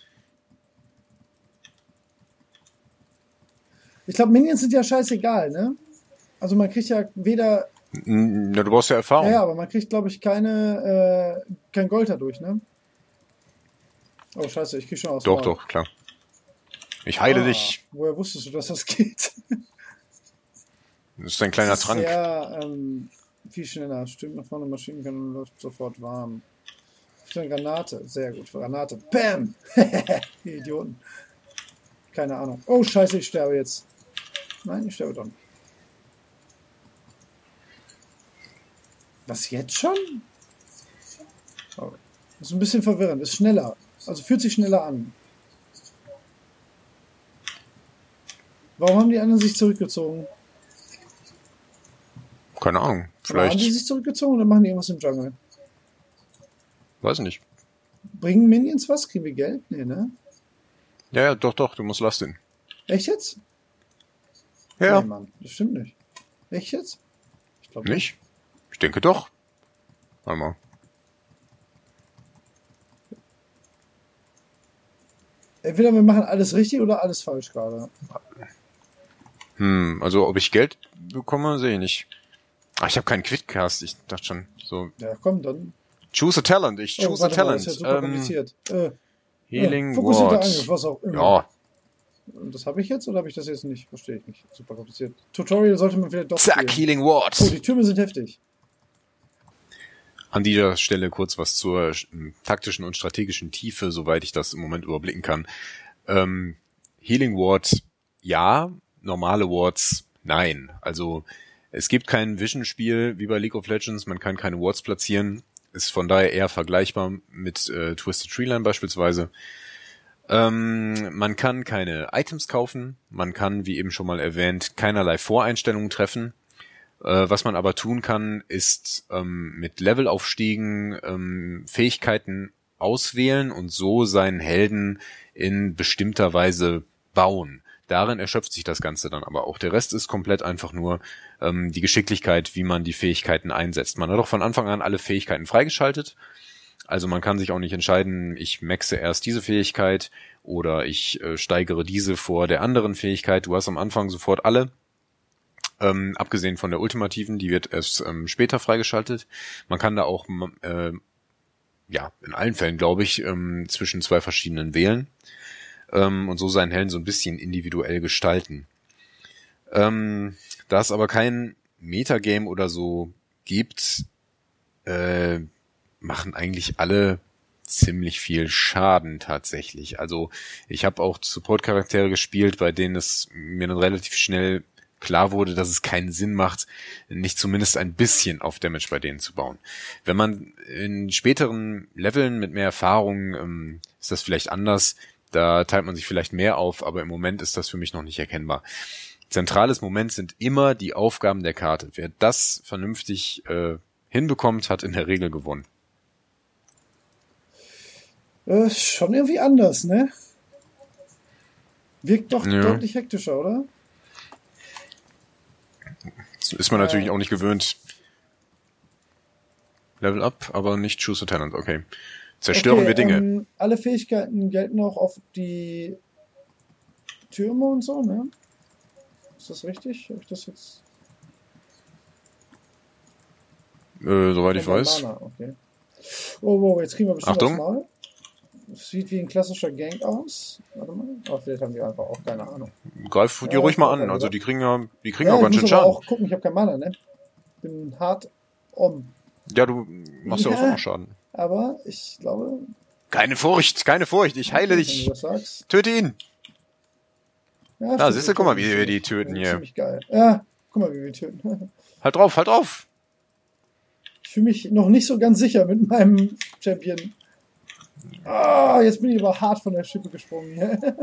Ich glaube, Minions sind ja scheißegal, ne? Also man kriegt ja weder... N- Na, du brauchst ja Erfahrung. Ja, ja, aber man kriegt, glaube ich, keine, äh, kein Gold dadurch, ne? Oh, scheiße, ich krieg schon aus. dem Doch, Maul. doch, klar. Ich heile Ah, dich. Woher wusstest du, dass das geht? Das ist ein kleiner Das ist Trank. sehr, ähm, viel schneller. Stimmt nach vorne, Maschinenkanone läuft sofort warm. Eine Granate, sehr gut. Granate, bam! Die Idioten. Keine Ahnung. Oh, scheiße, ich sterbe jetzt. Nein, ich sterbe doch nicht. Was, jetzt schon? Oh. Das ist ein bisschen verwirrend. Ist schneller. Also fühlt sich schneller an. Warum haben die anderen sich zurückgezogen? Keine Ahnung. Oder haben die Vielleicht, sich zurückgezogen oder machen die irgendwas im Jungle? weiß ich nicht. Bringen Minions was? Kriegen wir Geld? Nee, ne? Ja, ja, doch, doch, du musst Lastin. Echt jetzt? Ja, Nee, Mann, das stimmt nicht. Echt jetzt? Ich glaube nicht? Ich denke doch. Warte mal. Entweder wir machen alles richtig oder alles falsch gerade. Hm, also ob ich Geld bekomme, sehe ich nicht. Ah, ich habe keinen Quidcast. Ich dachte schon, so. Ja, komm, dann. Choose a Talent. Ich Oh, choose a warte mal, Talent. das ist ja super Ähm, kompliziert. Äh, Healing äh, fokussierter Ward. Angriff, was auch immer. Ja, Und das habe ich jetzt oder habe ich das jetzt nicht? Verstehe ich nicht. Super kompliziert. Tutorial sollte man vielleicht doch zack, spielen. Healing Ward. Oh, die Türme sind heftig. An dieser Stelle kurz was zur äh, taktischen und strategischen Tiefe, soweit ich das im Moment überblicken kann. Ähm, Healing Ward, ja. Normale Wards, nein. Also es gibt kein Vision-Spiel wie bei League of Legends. Man kann keine Wards platzieren. Ist von daher eher vergleichbar mit äh, Twisted Treeline beispielsweise. Ähm, man kann keine Items kaufen. Man kann, wie eben schon mal erwähnt, keinerlei Voreinstellungen treffen. Äh, was man aber tun kann, ist ähm, mit Levelaufstiegen ähm, Fähigkeiten auswählen und so seinen Helden in bestimmter Weise bauen. Darin erschöpft sich das Ganze dann aber auch. Der Rest ist komplett einfach nur ähm, die Geschicklichkeit, wie man die Fähigkeiten einsetzt. Man hat doch von Anfang an alle Fähigkeiten freigeschaltet. Also man kann sich auch nicht entscheiden, ich maxe erst diese Fähigkeit oder ich äh, steigere diese vor der anderen Fähigkeit. Du hast am Anfang sofort alle. Ähm, abgesehen von der ultimativen, die wird erst ähm, später freigeschaltet. Man kann da auch, äh, ja, in allen Fällen, glaube ich, ähm, zwischen zwei verschiedenen wählen ähm, und so seinen Helden so ein bisschen individuell gestalten. Ähm, da es aber kein Metagame oder so gibt, äh, machen eigentlich alle ziemlich viel Schaden tatsächlich. Also ich habe auch Support-Charaktere gespielt, bei denen es mir dann relativ schnell klar wurde, dass es keinen Sinn macht, nicht zumindest ein bisschen auf Damage bei denen zu bauen. Wenn man in späteren Leveln mit mehr Erfahrung, ähm, ist das vielleicht anders. Da teilt man sich vielleicht mehr auf, aber im Moment ist das für mich noch nicht erkennbar. Zentrales Moment sind immer die Aufgaben der Karte. Wer das vernünftig äh, hinbekommt, hat in der Regel gewonnen. Äh, schon irgendwie anders, ne? Wirkt doch Ja. deutlich hektischer, oder? Das ist man Äh. natürlich auch nicht gewöhnt. Level up, aber nicht Choose a Talent. Okay. Zerstören Okay, wir Dinge. Ähm, alle Fähigkeiten gelten auch auf die Türme und so, ne? Ist das richtig? Habe ich das jetzt? Äh, soweit ich Oh, weiß. Mana, okay. Oh, wow, jetzt kriegen wir bestimmt Achtung. was Mal. Sieht wie ein klassischer Gang aus. Warte mal. Aber vielleicht haben die einfach auch keine Ahnung. Greif die Ja, ruhig mal ich an. glaub, Also ja. die kriegen ja, die kriegen Ja, auch ich ganz schön muss aber Schaden. auch gucken, ich habe kein Mana, ne? Bin hart om. Ja, du machst ja, Ja. auch noch Schaden. Aber ich glaube, Keine Furcht, keine Furcht, ich heile wenn du dich. das sagst. Töte ihn. Ja, Da, stimmt, siehst du, wir guck mal, töten wie die wir die ziemlich- töten hier. Ziemlich geil. Ja, guck mal, wie wir töten. Halt drauf, halt drauf. Ich fühle mich noch nicht so ganz sicher mit meinem Champion. Ah, jetzt bin ich aber hart von der Schippe gesprungen.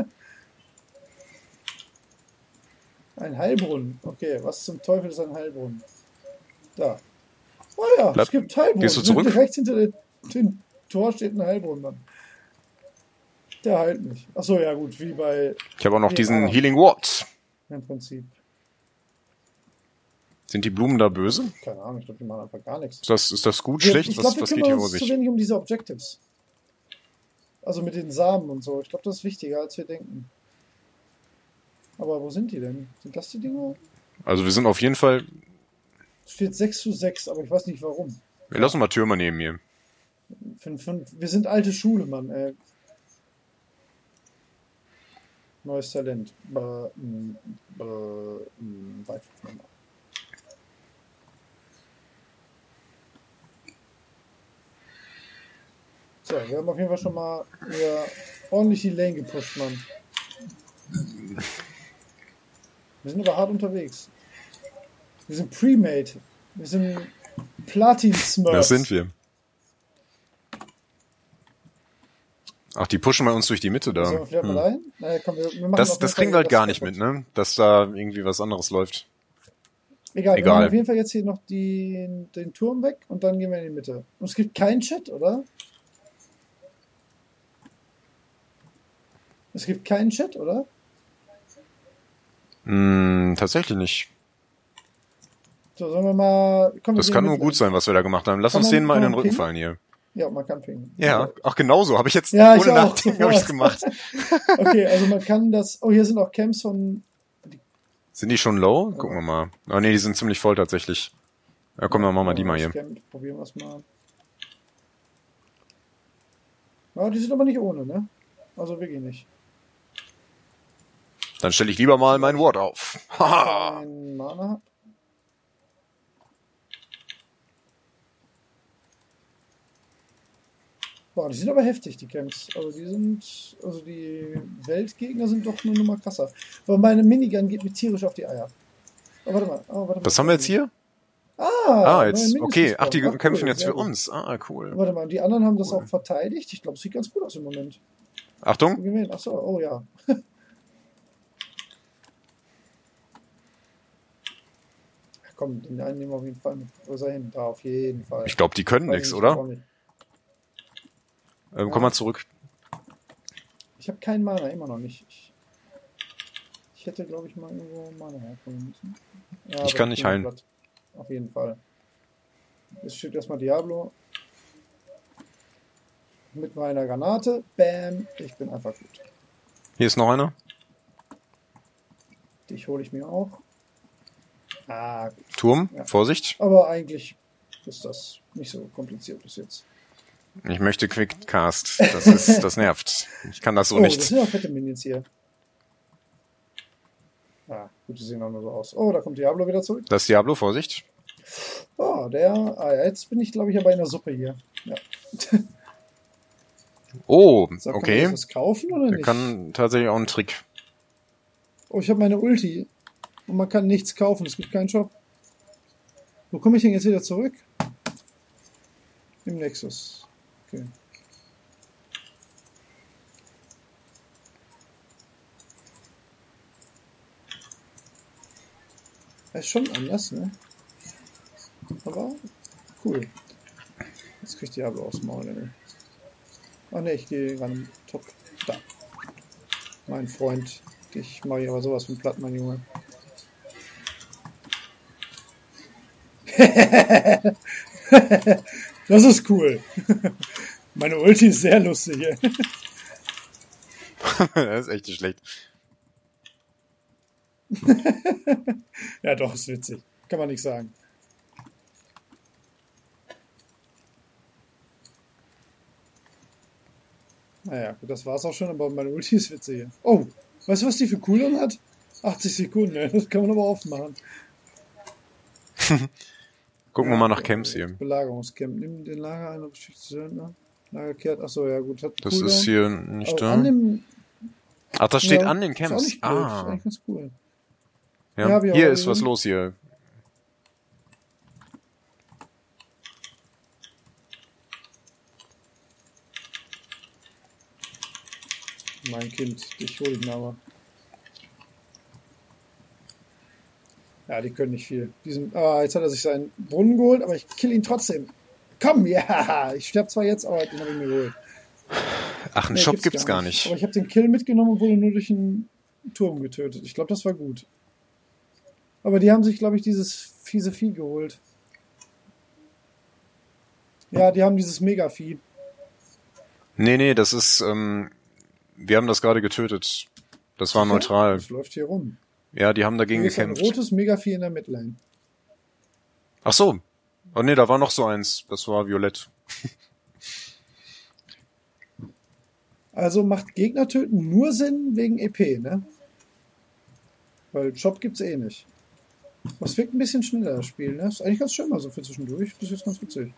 Ein Heilbrunnen. Okay, was zum Teufel ist ein Heilbrunnen? Da. Oh ja, Bleib- es gibt Heilbrunnen. Gehst du zurück? Rechts hinter dem, dem Tor steht ein Heilbrunnen. Mann. Der heilt mich. Achso, ja gut, wie bei Ich habe auch noch Nee, diesen aber- Healing Ward. im Prinzip. Sind die Blumen da böse? Keine Ahnung, ich glaube, die machen einfach gar nichts. Ist das, ist das gut, Wir- schlecht? Ich Was, glaube, wir was geht kümmern hier vor uns zu sich? wenig um diese Objectives. Also mit den Samen und so. Ich glaube, das ist wichtiger, als wir denken. Aber wo sind die denn? Sind das die Dinger? Also wir sind auf jeden Fall, Es steht sechs zu sechs, aber ich weiß nicht warum. wir lassen mal Türme neben mir. fünf fünf. Wir sind alte Schule, Mann. Ey. Neues Talent. Be, m, be, m, weit voneinander. So, wir haben auf jeden Fall schon mal ja, ordentlich die Lane gepusht, Mann. Wir sind aber hart unterwegs. Wir sind Pre-Made. Wir sind Platin-Smurfs. Das sind wir. Ach, die pushen bei uns durch die Mitte da. Sollen wir vielleicht mal Hm. rein? Naja, komm, wir, wir machen Das, auf das jeden kriegen wir Fall halt gar das nicht kaputt. mit, ne? Dass da irgendwie was anderes läuft. Egal, wir Egal. machen auf jeden Fall jetzt hier noch die, den Turm weg und dann gehen wir in die Mitte. Und es gibt keinen Chat, oder? Es gibt keinen Chat, oder? Hm, tatsächlich nicht. So, sollen wir mal... Komm, wir Das gehen kann in die nur Mitte. gut sein, was wir da gemacht haben. Lass Kann uns man- denen mal in kann den man Rücken pingen? fallen hier. Ja, man kann pingen. Ja, ach genauso, habe ich jetzt Ja, ich ohne auch, Nachdenken habe ich's sofort. gemacht. Okay, also man kann das... Oh, hier sind auch Camps von... Sind die schon low? Gucken wir mal. Oh nee, die sind ziemlich voll tatsächlich. Ja, komm, dann machen wir die mal hier. Camp. Probieren wir es mal. Ja, die sind aber nicht ohne, ne? Also wirklich nicht. Dann stelle ich lieber mal mein Ward auf. Haha. Ein Mana hab. Boah, die sind aber heftig, die Camps. Also die sind, also die Weltgegner sind doch eine Nummer krasser. Aber meine Minigun geht mir tierisch auf die Eier. Oh, warte mal. Oh, warte mal. Was haben wir jetzt hier? Ah, Ah, neue jetzt, Minis okay. Ach, die gespawnt. kämpfen cool, jetzt sehr für gut. uns. Ah, cool. Warte mal, die anderen haben das Cool. auch verteidigt. Ich glaube, es sieht ganz gut aus im Moment. Achtung. Gewinnt. Achso, oh ja. Ach komm, den einen nehmen wir auf jeden Fall mit. Wo ist er hin? Da, auf jeden Fall. Ich glaube, die können Weiß nichts, nicht, oder? auch nicht. Ähm, komm mal zurück. Ich habe keinen Mana, immer noch nicht. Ich, ich hätte, glaube ich, mal irgendwo Mana herkommen müssen. Ja, Ich aber kann nicht bin heilen. platt. Auf jeden Fall. Jetzt steht erstmal Diablo. Mit meiner Granate. Bam. Ich bin einfach gut. Hier ist noch einer. Dich hole ich mir auch. Ah, gut. Turm. Ja. Vorsicht. Aber eigentlich ist das nicht so kompliziert bis jetzt. Ich möchte Quick Cast. Das ist, das nervt. Ich kann das so oh, das nicht. sind auch fette Minions hier. Ah, gut, die sehen auch nur so aus. Oh, da kommt Diablo wieder zurück. Das Diablo, Vorsicht. Oh, der. Ah, ja, jetzt bin ich, glaube ich, aber in der Suppe hier. Ja. Oh, So, kann okay. man das kaufen oder Der nicht? kann tatsächlich auch einen Trick. Oh, ich habe meine Ulti. Und man kann nichts kaufen. Es gibt keinen Shop. Wo komme ich denn jetzt wieder zurück? Im Nexus. Okay. Das ist schon anders, ne? Aber cool. Jetzt kriegt Diablo aus dem Maul, ey. Ach ne, ich gehe gerade top. Da. Mein Freund. Ich mache hier aber sowas von platt, mein Junge. Das ist cool. Meine Ulti ist sehr lustig, ey. Das ist echt nicht schlecht. Ja, doch, ist witzig. Kann man nicht sagen. Naja, gut, das war's auch schon, aber meine Ulti ist witzig. Oh, weißt du, was die für Cooldown hat? achtzig Sekunden, ne? Das kann man aber oft machen. Gucken ja, wir mal nach Camps hier. Belagerungscamp. Nimm den Lager ein, Söldner. Lager kehrt. Achso, ja gut. Hat Das Cooldown. ist hier nicht aber da. An dem, Ach, das steht ja, an den ist auch Camps. nicht blöd, ist Ah. eigentlich ganz cool. Ja, Ja, wir hier haben- ist was los hier. Mein Kind, ich hol ihn aber. Ja, die können nicht viel. Diesen, ah, jetzt hat er sich seinen Brunnen geholt, aber ich kill ihn trotzdem. Komm, ja, ich sterb zwar jetzt, aber den habe ich mir geholt. Ach, einen Nee, Shop gibt's gar nicht. Aber ich habe den Kill mitgenommen und wurde nur durch einen Turm getötet. Ich glaube, das war gut. Aber die haben sich, glaube ich, dieses fiese Vieh geholt. Ja, die haben dieses Mega-Vieh. Nee, nee, das ist, ähm, wir haben das gerade getötet. Das war neutral. Das läuft hier rum. Ja, die haben dagegen Hier ist ein gekämpft. rotes Mega-Vieh in der Midlane. Ach so. Oh nee, da war noch so eins. Das war violett. Also macht Gegner töten nur Sinn wegen E P, ne? Weil Shop gibt's eh nicht. Das wirkt ein bisschen schneller, das Spiel, ne? Ist eigentlich ganz schön mal so für zwischendurch. Das ist jetzt ganz witzig.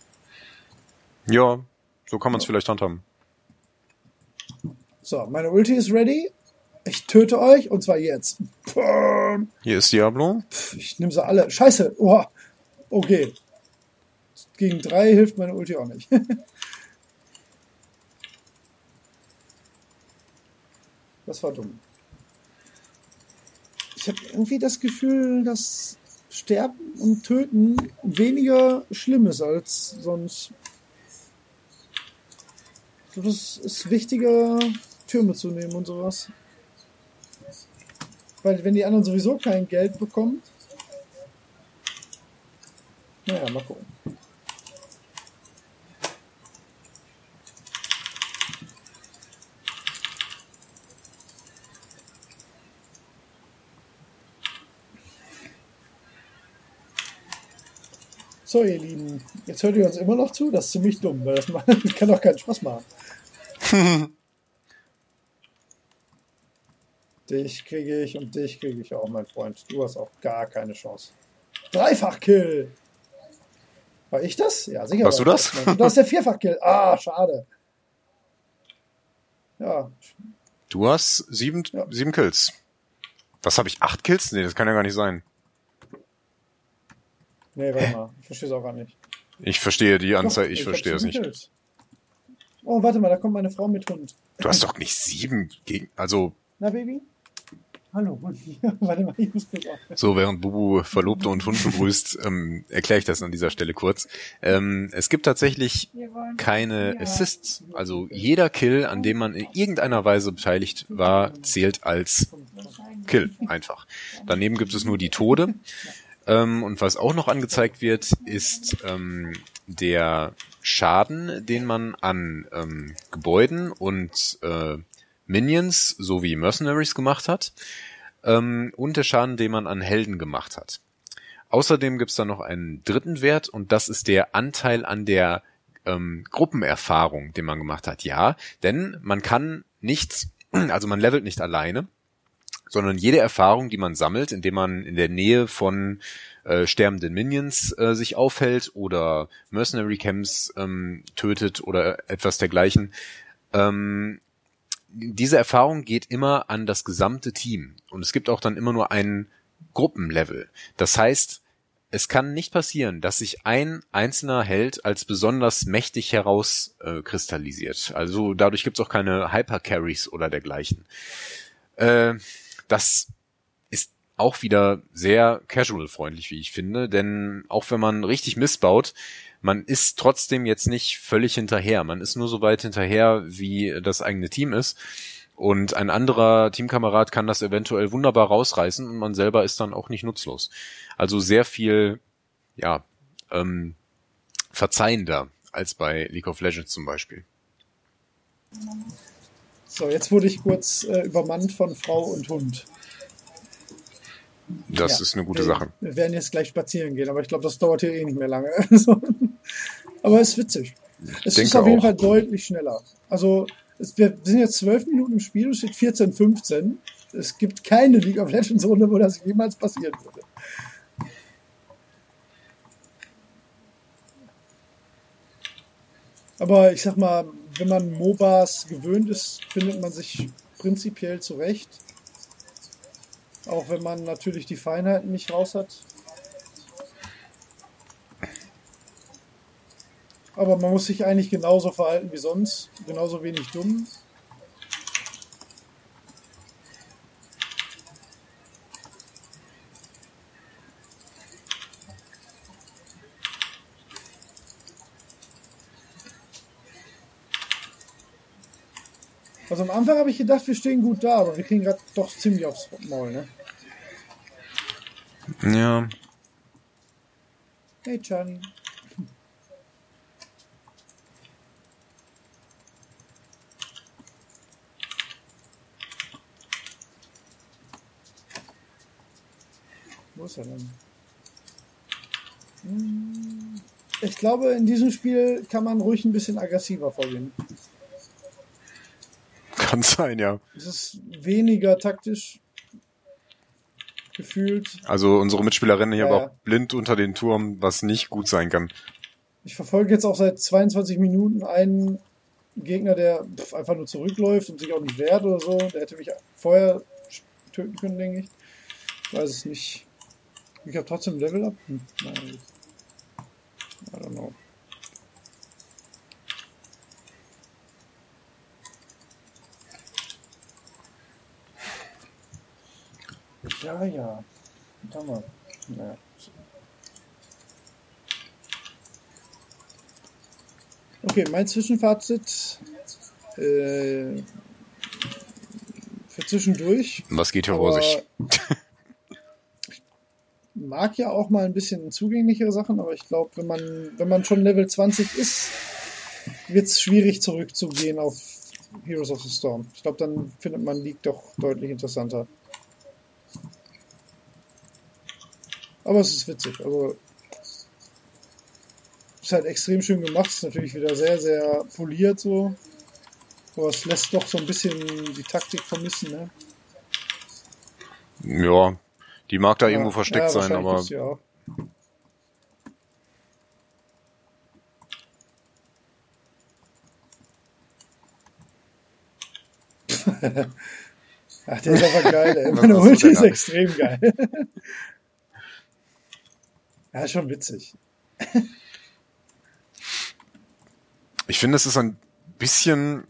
Ja, so kann man es vielleicht handhaben. So, meine Ulti ist ready. Ich töte euch und zwar jetzt. Pum. Hier ist Diablo. Ich nehme sie alle. Scheiße. Oh. Okay. Gegen drei hilft meine Ulti auch nicht. Das war dumm. Ich habe irgendwie das Gefühl, dass Sterben und Töten weniger schlimm ist als sonst. Ich glaube, es ist wichtiger, Türme zu nehmen und sowas. Weil wenn die anderen sowieso kein Geld bekommen. Naja, mal gucken. So, ihr Lieben, jetzt hört ihr uns immer noch zu? Das ist ziemlich dumm, weil das, macht, das kann doch keinen Spaß machen. Dich kriege ich und dich kriege ich auch, mein Freund. Du hast auch gar keine Chance. Dreifach-Kill! War ich das? Ja, sicher. Warst du war das? ich Du hast der Vierfach-Kill. Ah, schade. Ja, Du hast sieben, Ja. sieben Kills. Was habe ich? Acht Kills? Nee, das kann ja gar nicht sein. nee, warte mal. Ich verstehe es auch gar nicht. Ich verstehe die Anzeige, Doch, ich hab verstehe es sieben nicht. Kills. Oh, warte mal, da kommt meine Frau mit Hund. Du hast doch nicht sieben gegen, also, Na, Baby? Hallo, Hund. Warte mal, ich muss kurz auf. so während Bubu Verlobte und Hund begrüßt, ähm, erkläre ich das an dieser Stelle kurz. Ähm, es gibt tatsächlich keine Assists. Also jeder Kill, an dem man in irgendeiner Weise beteiligt war, zählt als Kill einfach. Daneben gibt es nur die Tode. Ähm, und was auch noch angezeigt wird, ist ähm, der Schaden, den man an ähm, Gebäuden und äh, Minions sowie Mercenaries gemacht hat, ähm, und der Schaden, den man an Helden gemacht hat. Außerdem gibt's da noch einen dritten Wert und das ist der Anteil an der ähm, Gruppenerfahrung, den man gemacht hat. Ja, denn man kann nicht, also man levelt nicht alleine, sondern jede Erfahrung, die man sammelt, indem man in der Nähe von äh, sterbenden Minions äh, sich aufhält oder Mercenary Camps ähm, tötet oder etwas dergleichen, ähm, diese Erfahrung geht immer an das gesamte Team und es gibt auch dann immer nur einen Gruppenlevel. Das heißt, es kann nicht passieren, dass sich ein einzelner Held als besonders mächtig herauskristallisiert. Äh, also dadurch gibt es auch keine Hyper-Carries oder dergleichen. Äh, das ist auch wieder sehr casual-freundlich, wie ich finde, denn auch wenn man richtig missbaut, man ist trotzdem jetzt nicht völlig hinterher. Man ist nur so weit hinterher, wie das eigene Team ist. Und ein anderer Teamkamerad kann das eventuell wunderbar rausreißen und man selber ist dann auch nicht nutzlos. Also sehr viel, ja, ähm, verzeihender als bei League of Legends zum Beispiel. So, jetzt wurde ich kurz äh, übermannt von Frau und Hund. Das Ja, ist eine gute wir, Sache. Wir werden jetzt gleich spazieren gehen, aber ich glaube, das dauert hier eh nicht mehr lange. Aber es ist witzig. Es denke ist auf jeden auch. Fall deutlich schneller. Also Es, wir sind jetzt zwölf Minuten im Spiel, es steht vierzehn fünfzehn. Es gibt keine League of Legends Runde, wo das jemals passieren würde. Aber ich sag mal, wenn man MOBAs gewöhnt ist, findet man sich prinzipiell zurecht. Auch wenn man natürlich die Feinheiten nicht raus hat. Aber man muss sich eigentlich genauso verhalten wie sonst. Genauso wenig dumm. Also am Anfang habe ich gedacht, wir stehen gut da, aber wir kriegen gerade doch ziemlich aufs Maul, ne? Ja. Hey, Charlie. Wo ist er denn? Ich glaube, in diesem Spiel kann man ruhig ein bisschen aggressiver vorgehen. Kann sein, ja. Es ist weniger taktisch gefühlt. Also unsere Mitspieler rennen hier Ja, aber ja. auch blind unter den Turm, was nicht gut sein kann. Ich verfolge jetzt auch seit zweiundzwanzig Minuten einen Gegner, der pff, einfach nur zurückläuft und sich auch nicht wehrt oder so. Der hätte mich vorher töten können, denke ich. Ich weiß es nicht. Ich habe trotzdem Level Up. Hm, nein. I don't know. Ja, ja. Da mal. Naja. Okay, mein Zwischenfazit. Äh, für zwischendurch. Was geht hier vor Aber sich? ich mag ja auch mal ein bisschen zugänglichere Sachen, aber ich glaube, wenn man, wenn man schon Level zwanzig ist, wird es schwierig zurückzugehen auf Heroes of the Storm. Ich glaube, dann findet man League doch deutlich interessanter. Aber es ist witzig. Also ist halt extrem schön gemacht. Ist natürlich wieder sehr, sehr poliert so. Aber es lässt doch so ein bisschen die Taktik vermissen, ne? Ja, die mag da Ja, irgendwo versteckt ja, sein, wahrscheinlich aber ist sie auch. Ach, der ist aber geil, ey. Was Meine hast du Ulti denn ist da? extrem geil. Ja, ist schon witzig. ich finde, es ist ein bisschen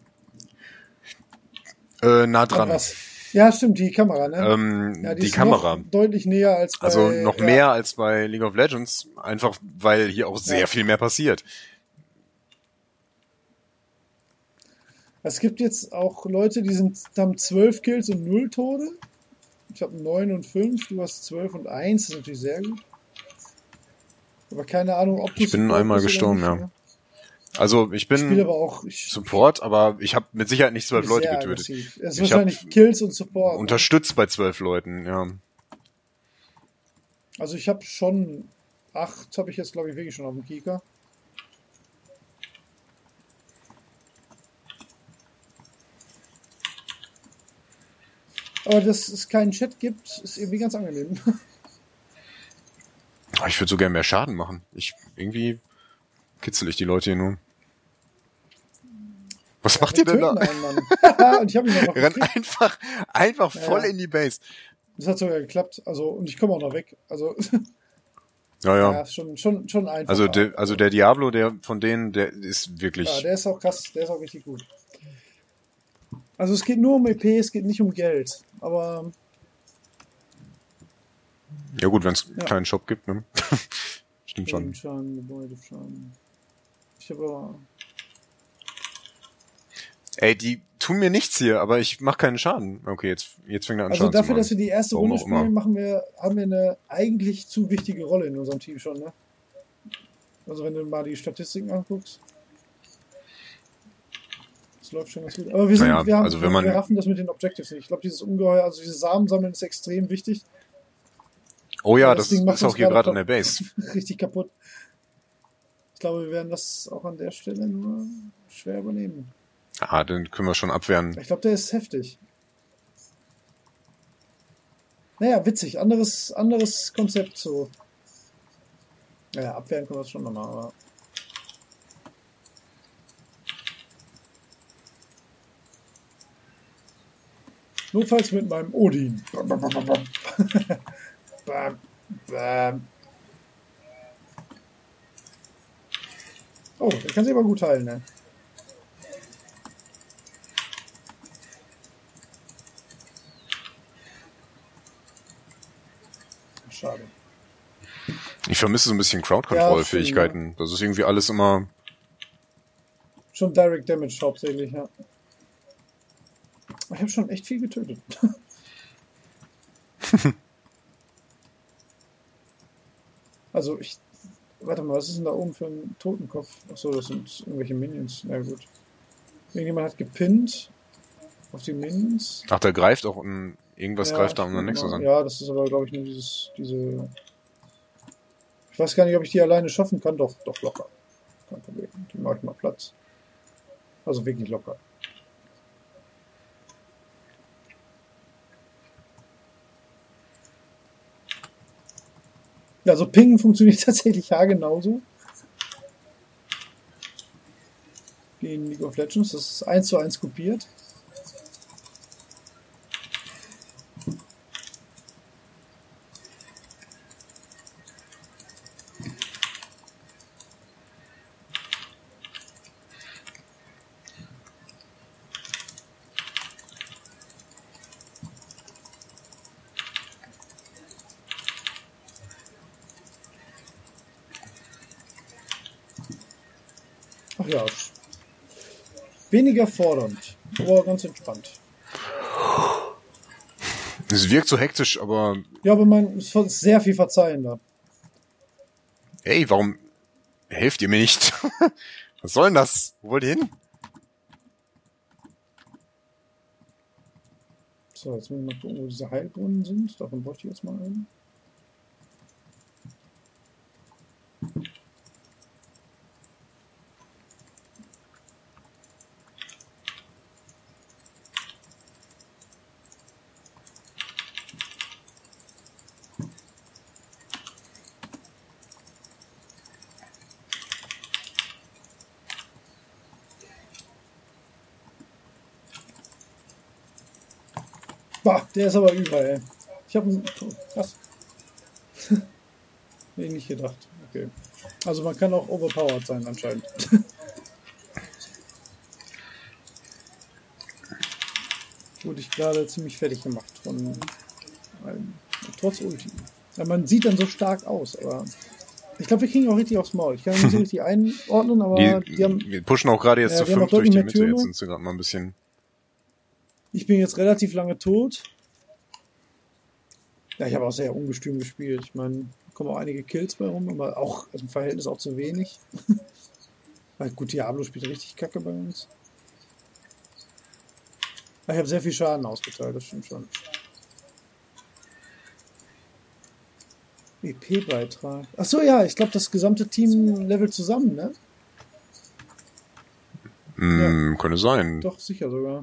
äh, nah Und dran. was? Ja, stimmt, die Kamera, ne? Ähm, Ja, die ist Kamera. noch deutlich näher als bei... Also noch ja. mehr als bei League of Legends, einfach weil hier auch sehr Ja. viel mehr passiert. Es gibt jetzt auch Leute, die sind, haben zwölf Kills und null Tode. Ich habe neun und fünf, du hast zwölf und eins, das ist natürlich sehr gut. Aber keine Ahnung, ob du Ich bin Support einmal bist oder gestorben, nicht, ja. ne? Also ich Ich spiele bin aber auch ich Support, aber ich habe mit Sicherheit nicht zwölf bin Leute sehr getötet. aggressiv. Es ist Ich wahrscheinlich hab Kills und Support. Ne? Unterstützt bei zwölf Leuten, ja. Also ich habe schon acht, habe ich jetzt glaube ich wirklich schon auf dem Kieker. Aber dass es keinen Chat gibt, ist irgendwie ganz angenehm. Oh, ich würde so gerne mehr Schaden machen. Ich irgendwie kitzel ich die Leute hier nur. Was macht ihr Wir denn da? töten einen Mann. Und ich habe ihn noch Renn gekriegt. einfach, einfach Ja, voll ja. in die Base. Das hat sogar geklappt. Also, und ich komme auch noch weg. Also, Ja, ja. ja, ist schon, schon, schon einfach. Also der, also der Diablo, der von denen, der ist wirklich. Ja, der ist auch krass. Der ist auch richtig gut. Also, es geht nur um E P, es geht nicht um Geld. Aber, Ja gut, wenn es Ja. keinen Shop gibt, ne? Stimmt schon. Schaden, Gebäudeschaden. Ich habe aber. Ey, die tun mir nichts hier, aber ich mach keinen Schaden. Okay, jetzt, jetzt fängt er an Also Schaden dafür, zu dass wir machen. die erste Warum Runde auch immer. spielen, machen wir, haben wir eine eigentlich zu wichtige Rolle in unserem Team schon, ne? Also wenn du mal die Statistiken anguckst. Das läuft schon ganz gut. Aber wir sind, Naja, wir haben, also wenn man- wir raffen das mit den Objectives nicht. Ich glaube, dieses Ungeheuer, also dieses Samen sammeln ist extrem wichtig. Oh ja, das das, Ding macht ist auch uns hier gerade gerade an der Base. Richtig kaputt. Ich glaube, wir werden das auch an der Stelle nur schwer übernehmen. Ah, den können wir schon abwehren. Ich glaube, der ist heftig. Naja, witzig. Anderes, anderes Konzept so. Naja, abwehren können wir es schon nochmal, aber... Notfalls mit meinem Odin. Bam, bam, bam, bam. Bam, bam. Oh, der kann sich aber gut heilen, ne? Schade. Ich vermisse so ein bisschen Crowd-Control-Fähigkeiten. Das ist irgendwie alles immer... Schon Direct Damage hauptsächlich, ja. Ich habe schon echt viel getötet. Also ich... Warte mal, was ist denn da oben für ein Totenkopf? Achso, das sind irgendwelche Minions. Na gut. Irgendjemand hat gepinnt auf die Minions. Ach, der greift auch ein... Irgendwas Ja, greift da um genau. den Nexus an. Ja, das ist aber, glaube ich, nur dieses... diese. Ich weiß gar nicht, ob ich die alleine schaffen kann. Doch, doch, locker. Kein Problem. Die mache ich mal Platz. Also wirklich locker. Also Pingen funktioniert tatsächlich ja genauso. Wie in League of Legends. Das ist eins zu eins kopiert. Ach ja, weniger fordernd, aber ganz entspannt. Es wirkt so hektisch, aber... Ja, aber man ist sehr viel verzeihender. Ey, warum helft ihr mir nicht? Was soll denn das? Wo wollt ihr hin? So, jetzt müssen wir mal gucken, wo diese Heilbrunnen sind. Davon bräuchte ich jetzt mal einen. Bah, der ist aber überall. Ey. Ich habe einen... Krass. Nee, nicht gedacht. Okay. Also man kann auch overpowered sein anscheinend. Wurde ich gerade ziemlich fertig gemacht von einem, trotz Ulti. Ja, man sieht dann so stark aus, aber ich glaube, wir kriegen auch richtig aufs Maul. Ich kann nicht so richtig einordnen, aber die, die haben... Wir pushen auch gerade jetzt Ja, zu die haben fünf auch durch die deutlich Mitte. mehr Jetzt Türme. sind sie gerade mal ein bisschen... Ich bin jetzt relativ lange tot. Ja, ich habe auch sehr ungestüm gespielt. Ich meine, kommen auch einige Kills bei rum, aber auch also im Verhältnis auch zu wenig. Weil gut, Diablo spielt richtig kacke bei uns. Ich habe sehr viel Schaden ausgeteilt, das stimmt schon. E P-Beitrag. Achso, ja, ich glaube, das gesamte Team levelt zusammen, ne? Mm, könnte sein. Doch, sicher sogar.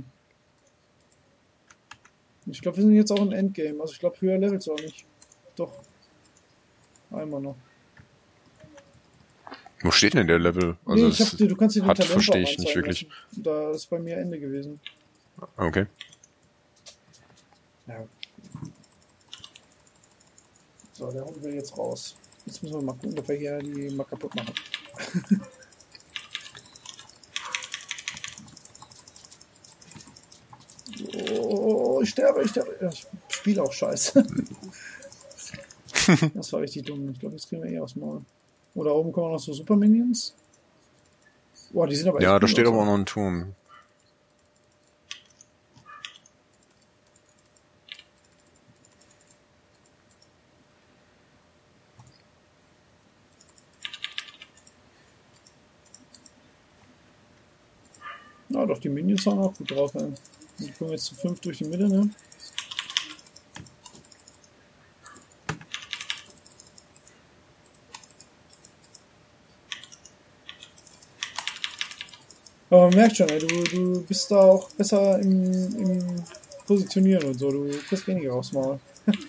Ich glaube, wir sind jetzt auch im Endgame. Also ich glaube, höher levelt auch nicht. Doch. Einmal noch. Wo steht denn der Level? Also nee, ich es hab, du kannst dir den hat, Talentbaum verstehe ich nicht anzeigen wirklich. lassen. Da ist bei mir Ende gewesen. Okay. Ja. So, der holen wir jetzt raus. Jetzt müssen wir mal gucken, ob wir hier die mal kaputt machen. Oh, ich sterbe, ich sterbe. Ja, ich spiele auch scheiße. Das war richtig dumm. Ich glaube, jetzt kriegen wir eh aufs Maul. Oder oben kommen noch so Super Minions. Boah, die sind aber echt Ja, da gut steht aus. aber auch noch ein Turm. Ja, doch, die Minions waren auch gut drauf. Ey. Die kommen jetzt zu fünf durch die Mitte, ne? Aber man merkt schon, ey, du, du bist da auch besser im, im Positionieren und so. Du kriegst weniger aufs Maul.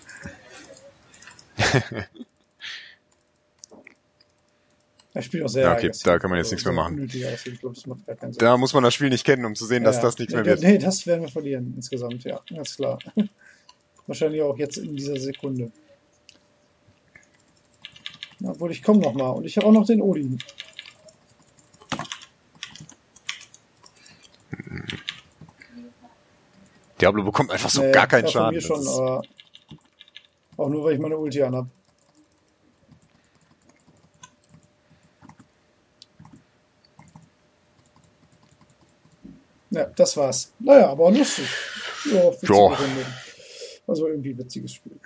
Er spielt auch sehr Ja, okay, aggressiv. da kann man jetzt nichts mehr machen. Unnötiger, also ich glaube, das macht gar keinen Sinn. Da muss man das Spiel nicht kennen, um zu sehen, dass Ja, das nichts ja, mehr wird. Nee, das werden wir verlieren insgesamt, ja, ganz klar. Wahrscheinlich auch jetzt in dieser Sekunde. Obwohl, ich komme noch mal und ich habe auch noch den Odin. Diablo bekommt einfach so Nee, gar keinen war von Schaden. mir schon, Das ist- aber auch nur, weil ich meine Ulti an habe. Ja, das war's. Naja, aber lustig. Ja, witzige Ja. Runde. Also irgendwie witziges Spiel.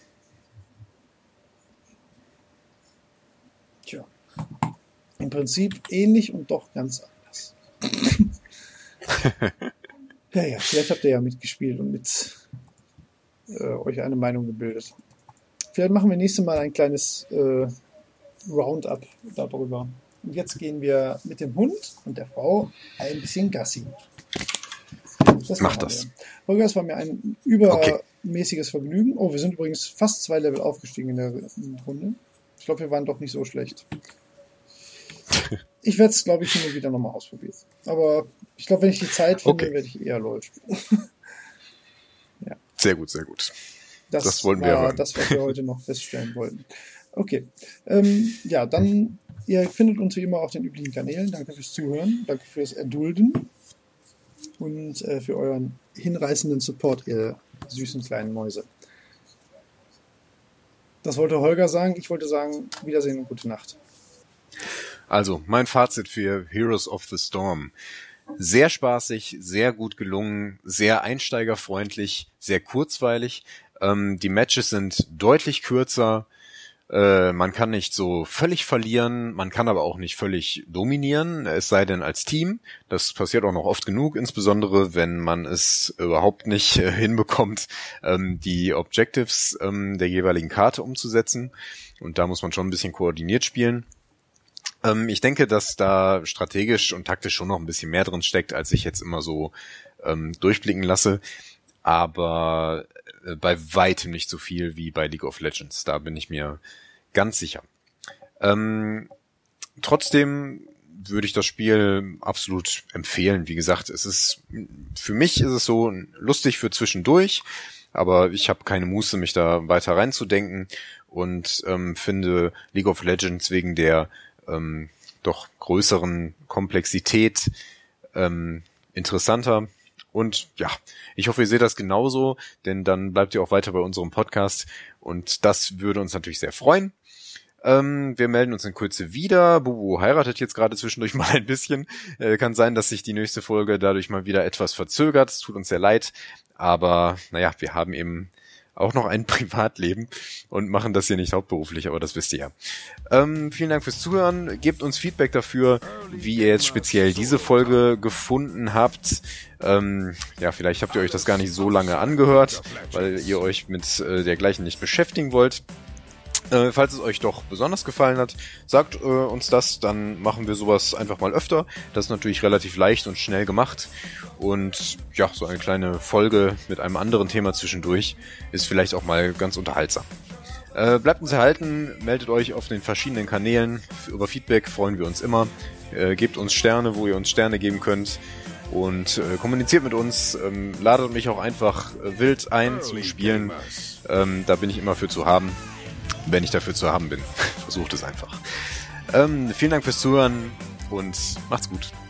Tja. Im Prinzip ähnlich und doch ganz anders. Ja, ja, vielleicht habt ihr ja mitgespielt und mit äh, euch eine Meinung gebildet. Vielleicht machen wir nächstes Mal ein kleines äh, Roundup darüber. Und jetzt gehen wir mit dem Hund und der Frau ein bisschen Gassi. Das Mach machen das. wir. Holger, es war mir ein übermäßiges Vergnügen. Oh, wir sind übrigens fast zwei Level aufgestiegen in der Runde. Ich glaube, wir waren doch nicht so schlecht. Ich werde es, glaube ich, immer wieder nochmal ausprobieren. Aber ich glaube, wenn ich die Zeit finde, Okay. werde ich eher LOL spielen. Sehr gut, sehr gut. Das, Das wollten wir war hören. das, was wir heute noch feststellen wollten. Okay. Ähm, ja, dann, ihr findet uns wie immer auf den üblichen Kanälen. Danke fürs Zuhören. Danke fürs Erdulden. Und äh, für euren hinreißenden Support, ihr süßen kleinen Mäuse. Das wollte Holger sagen. Ich wollte sagen, Wiedersehen und gute Nacht. Also, mein Fazit für Heroes of the Storm. Sehr spaßig, sehr gut gelungen, sehr einsteigerfreundlich, sehr kurzweilig. Ähm, die Matches sind deutlich kürzer. Äh, man kann nicht so völlig verlieren, man kann aber auch nicht völlig dominieren, es sei denn als Team. Das passiert auch noch oft genug, insbesondere wenn man es überhaupt nicht äh, hinbekommt, ähm, die Objectives ähm, der jeweiligen Karte umzusetzen. Und da muss man schon ein bisschen koordiniert spielen. Ähm, ich denke, dass da strategisch und taktisch schon noch ein bisschen mehr drin steckt, als ich jetzt immer so ähm, durchblicken lasse. Aber äh, bei weitem nicht so viel wie bei League of Legends. Da bin ich mir ganz sicher. Ähm, trotzdem würde ich das Spiel absolut empfehlen. Wie gesagt, es ist, für mich ist es so lustig für zwischendurch, aber ich habe keine Muße, mich da weiter reinzudenken und ähm, finde League of Legends wegen der ähm, doch größeren Komplexität ähm, interessanter. Und ja, ich hoffe, ihr seht das genauso, denn dann bleibt ihr auch weiter bei unserem Podcast und das würde uns natürlich sehr freuen. Ähm, wir melden uns in Kürze wieder. Bubu heiratet jetzt gerade zwischendurch mal ein bisschen. Äh, kann sein, dass sich die nächste Folge dadurch mal wieder etwas verzögert. Es tut uns sehr leid, aber naja, wir haben eben auch noch ein Privatleben und machen das hier nicht hauptberuflich, aber das wisst ihr ja. Ähm, vielen Dank fürs Zuhören. Gebt uns Feedback dafür, wie ihr jetzt speziell diese Folge gefunden habt. Ähm, ja, vielleicht habt ihr euch das gar nicht so lange angehört, weil ihr euch mit äh, dergleichen nicht beschäftigen wollt. Äh, falls es euch doch besonders gefallen hat, sagt äh, uns das, dann machen wir sowas einfach mal öfter. Das ist natürlich relativ leicht und schnell gemacht. Und ja, so eine kleine Folge mit einem anderen Thema zwischendurch ist vielleicht auch mal ganz unterhaltsam. Äh, bleibt uns erhalten, meldet euch auf den verschiedenen Kanälen. Über Feedback freuen wir uns immer. Äh, gebt uns Sterne, wo ihr uns Sterne geben könnt. Und äh, kommuniziert mit uns. Ähm, ladet mich auch einfach äh, wild ein zum Spielen. Ähm, da bin ich immer für zu haben. Wenn ich dafür zu haben bin. Versucht es einfach. Ähm, vielen Dank fürs Zuhören und macht's gut.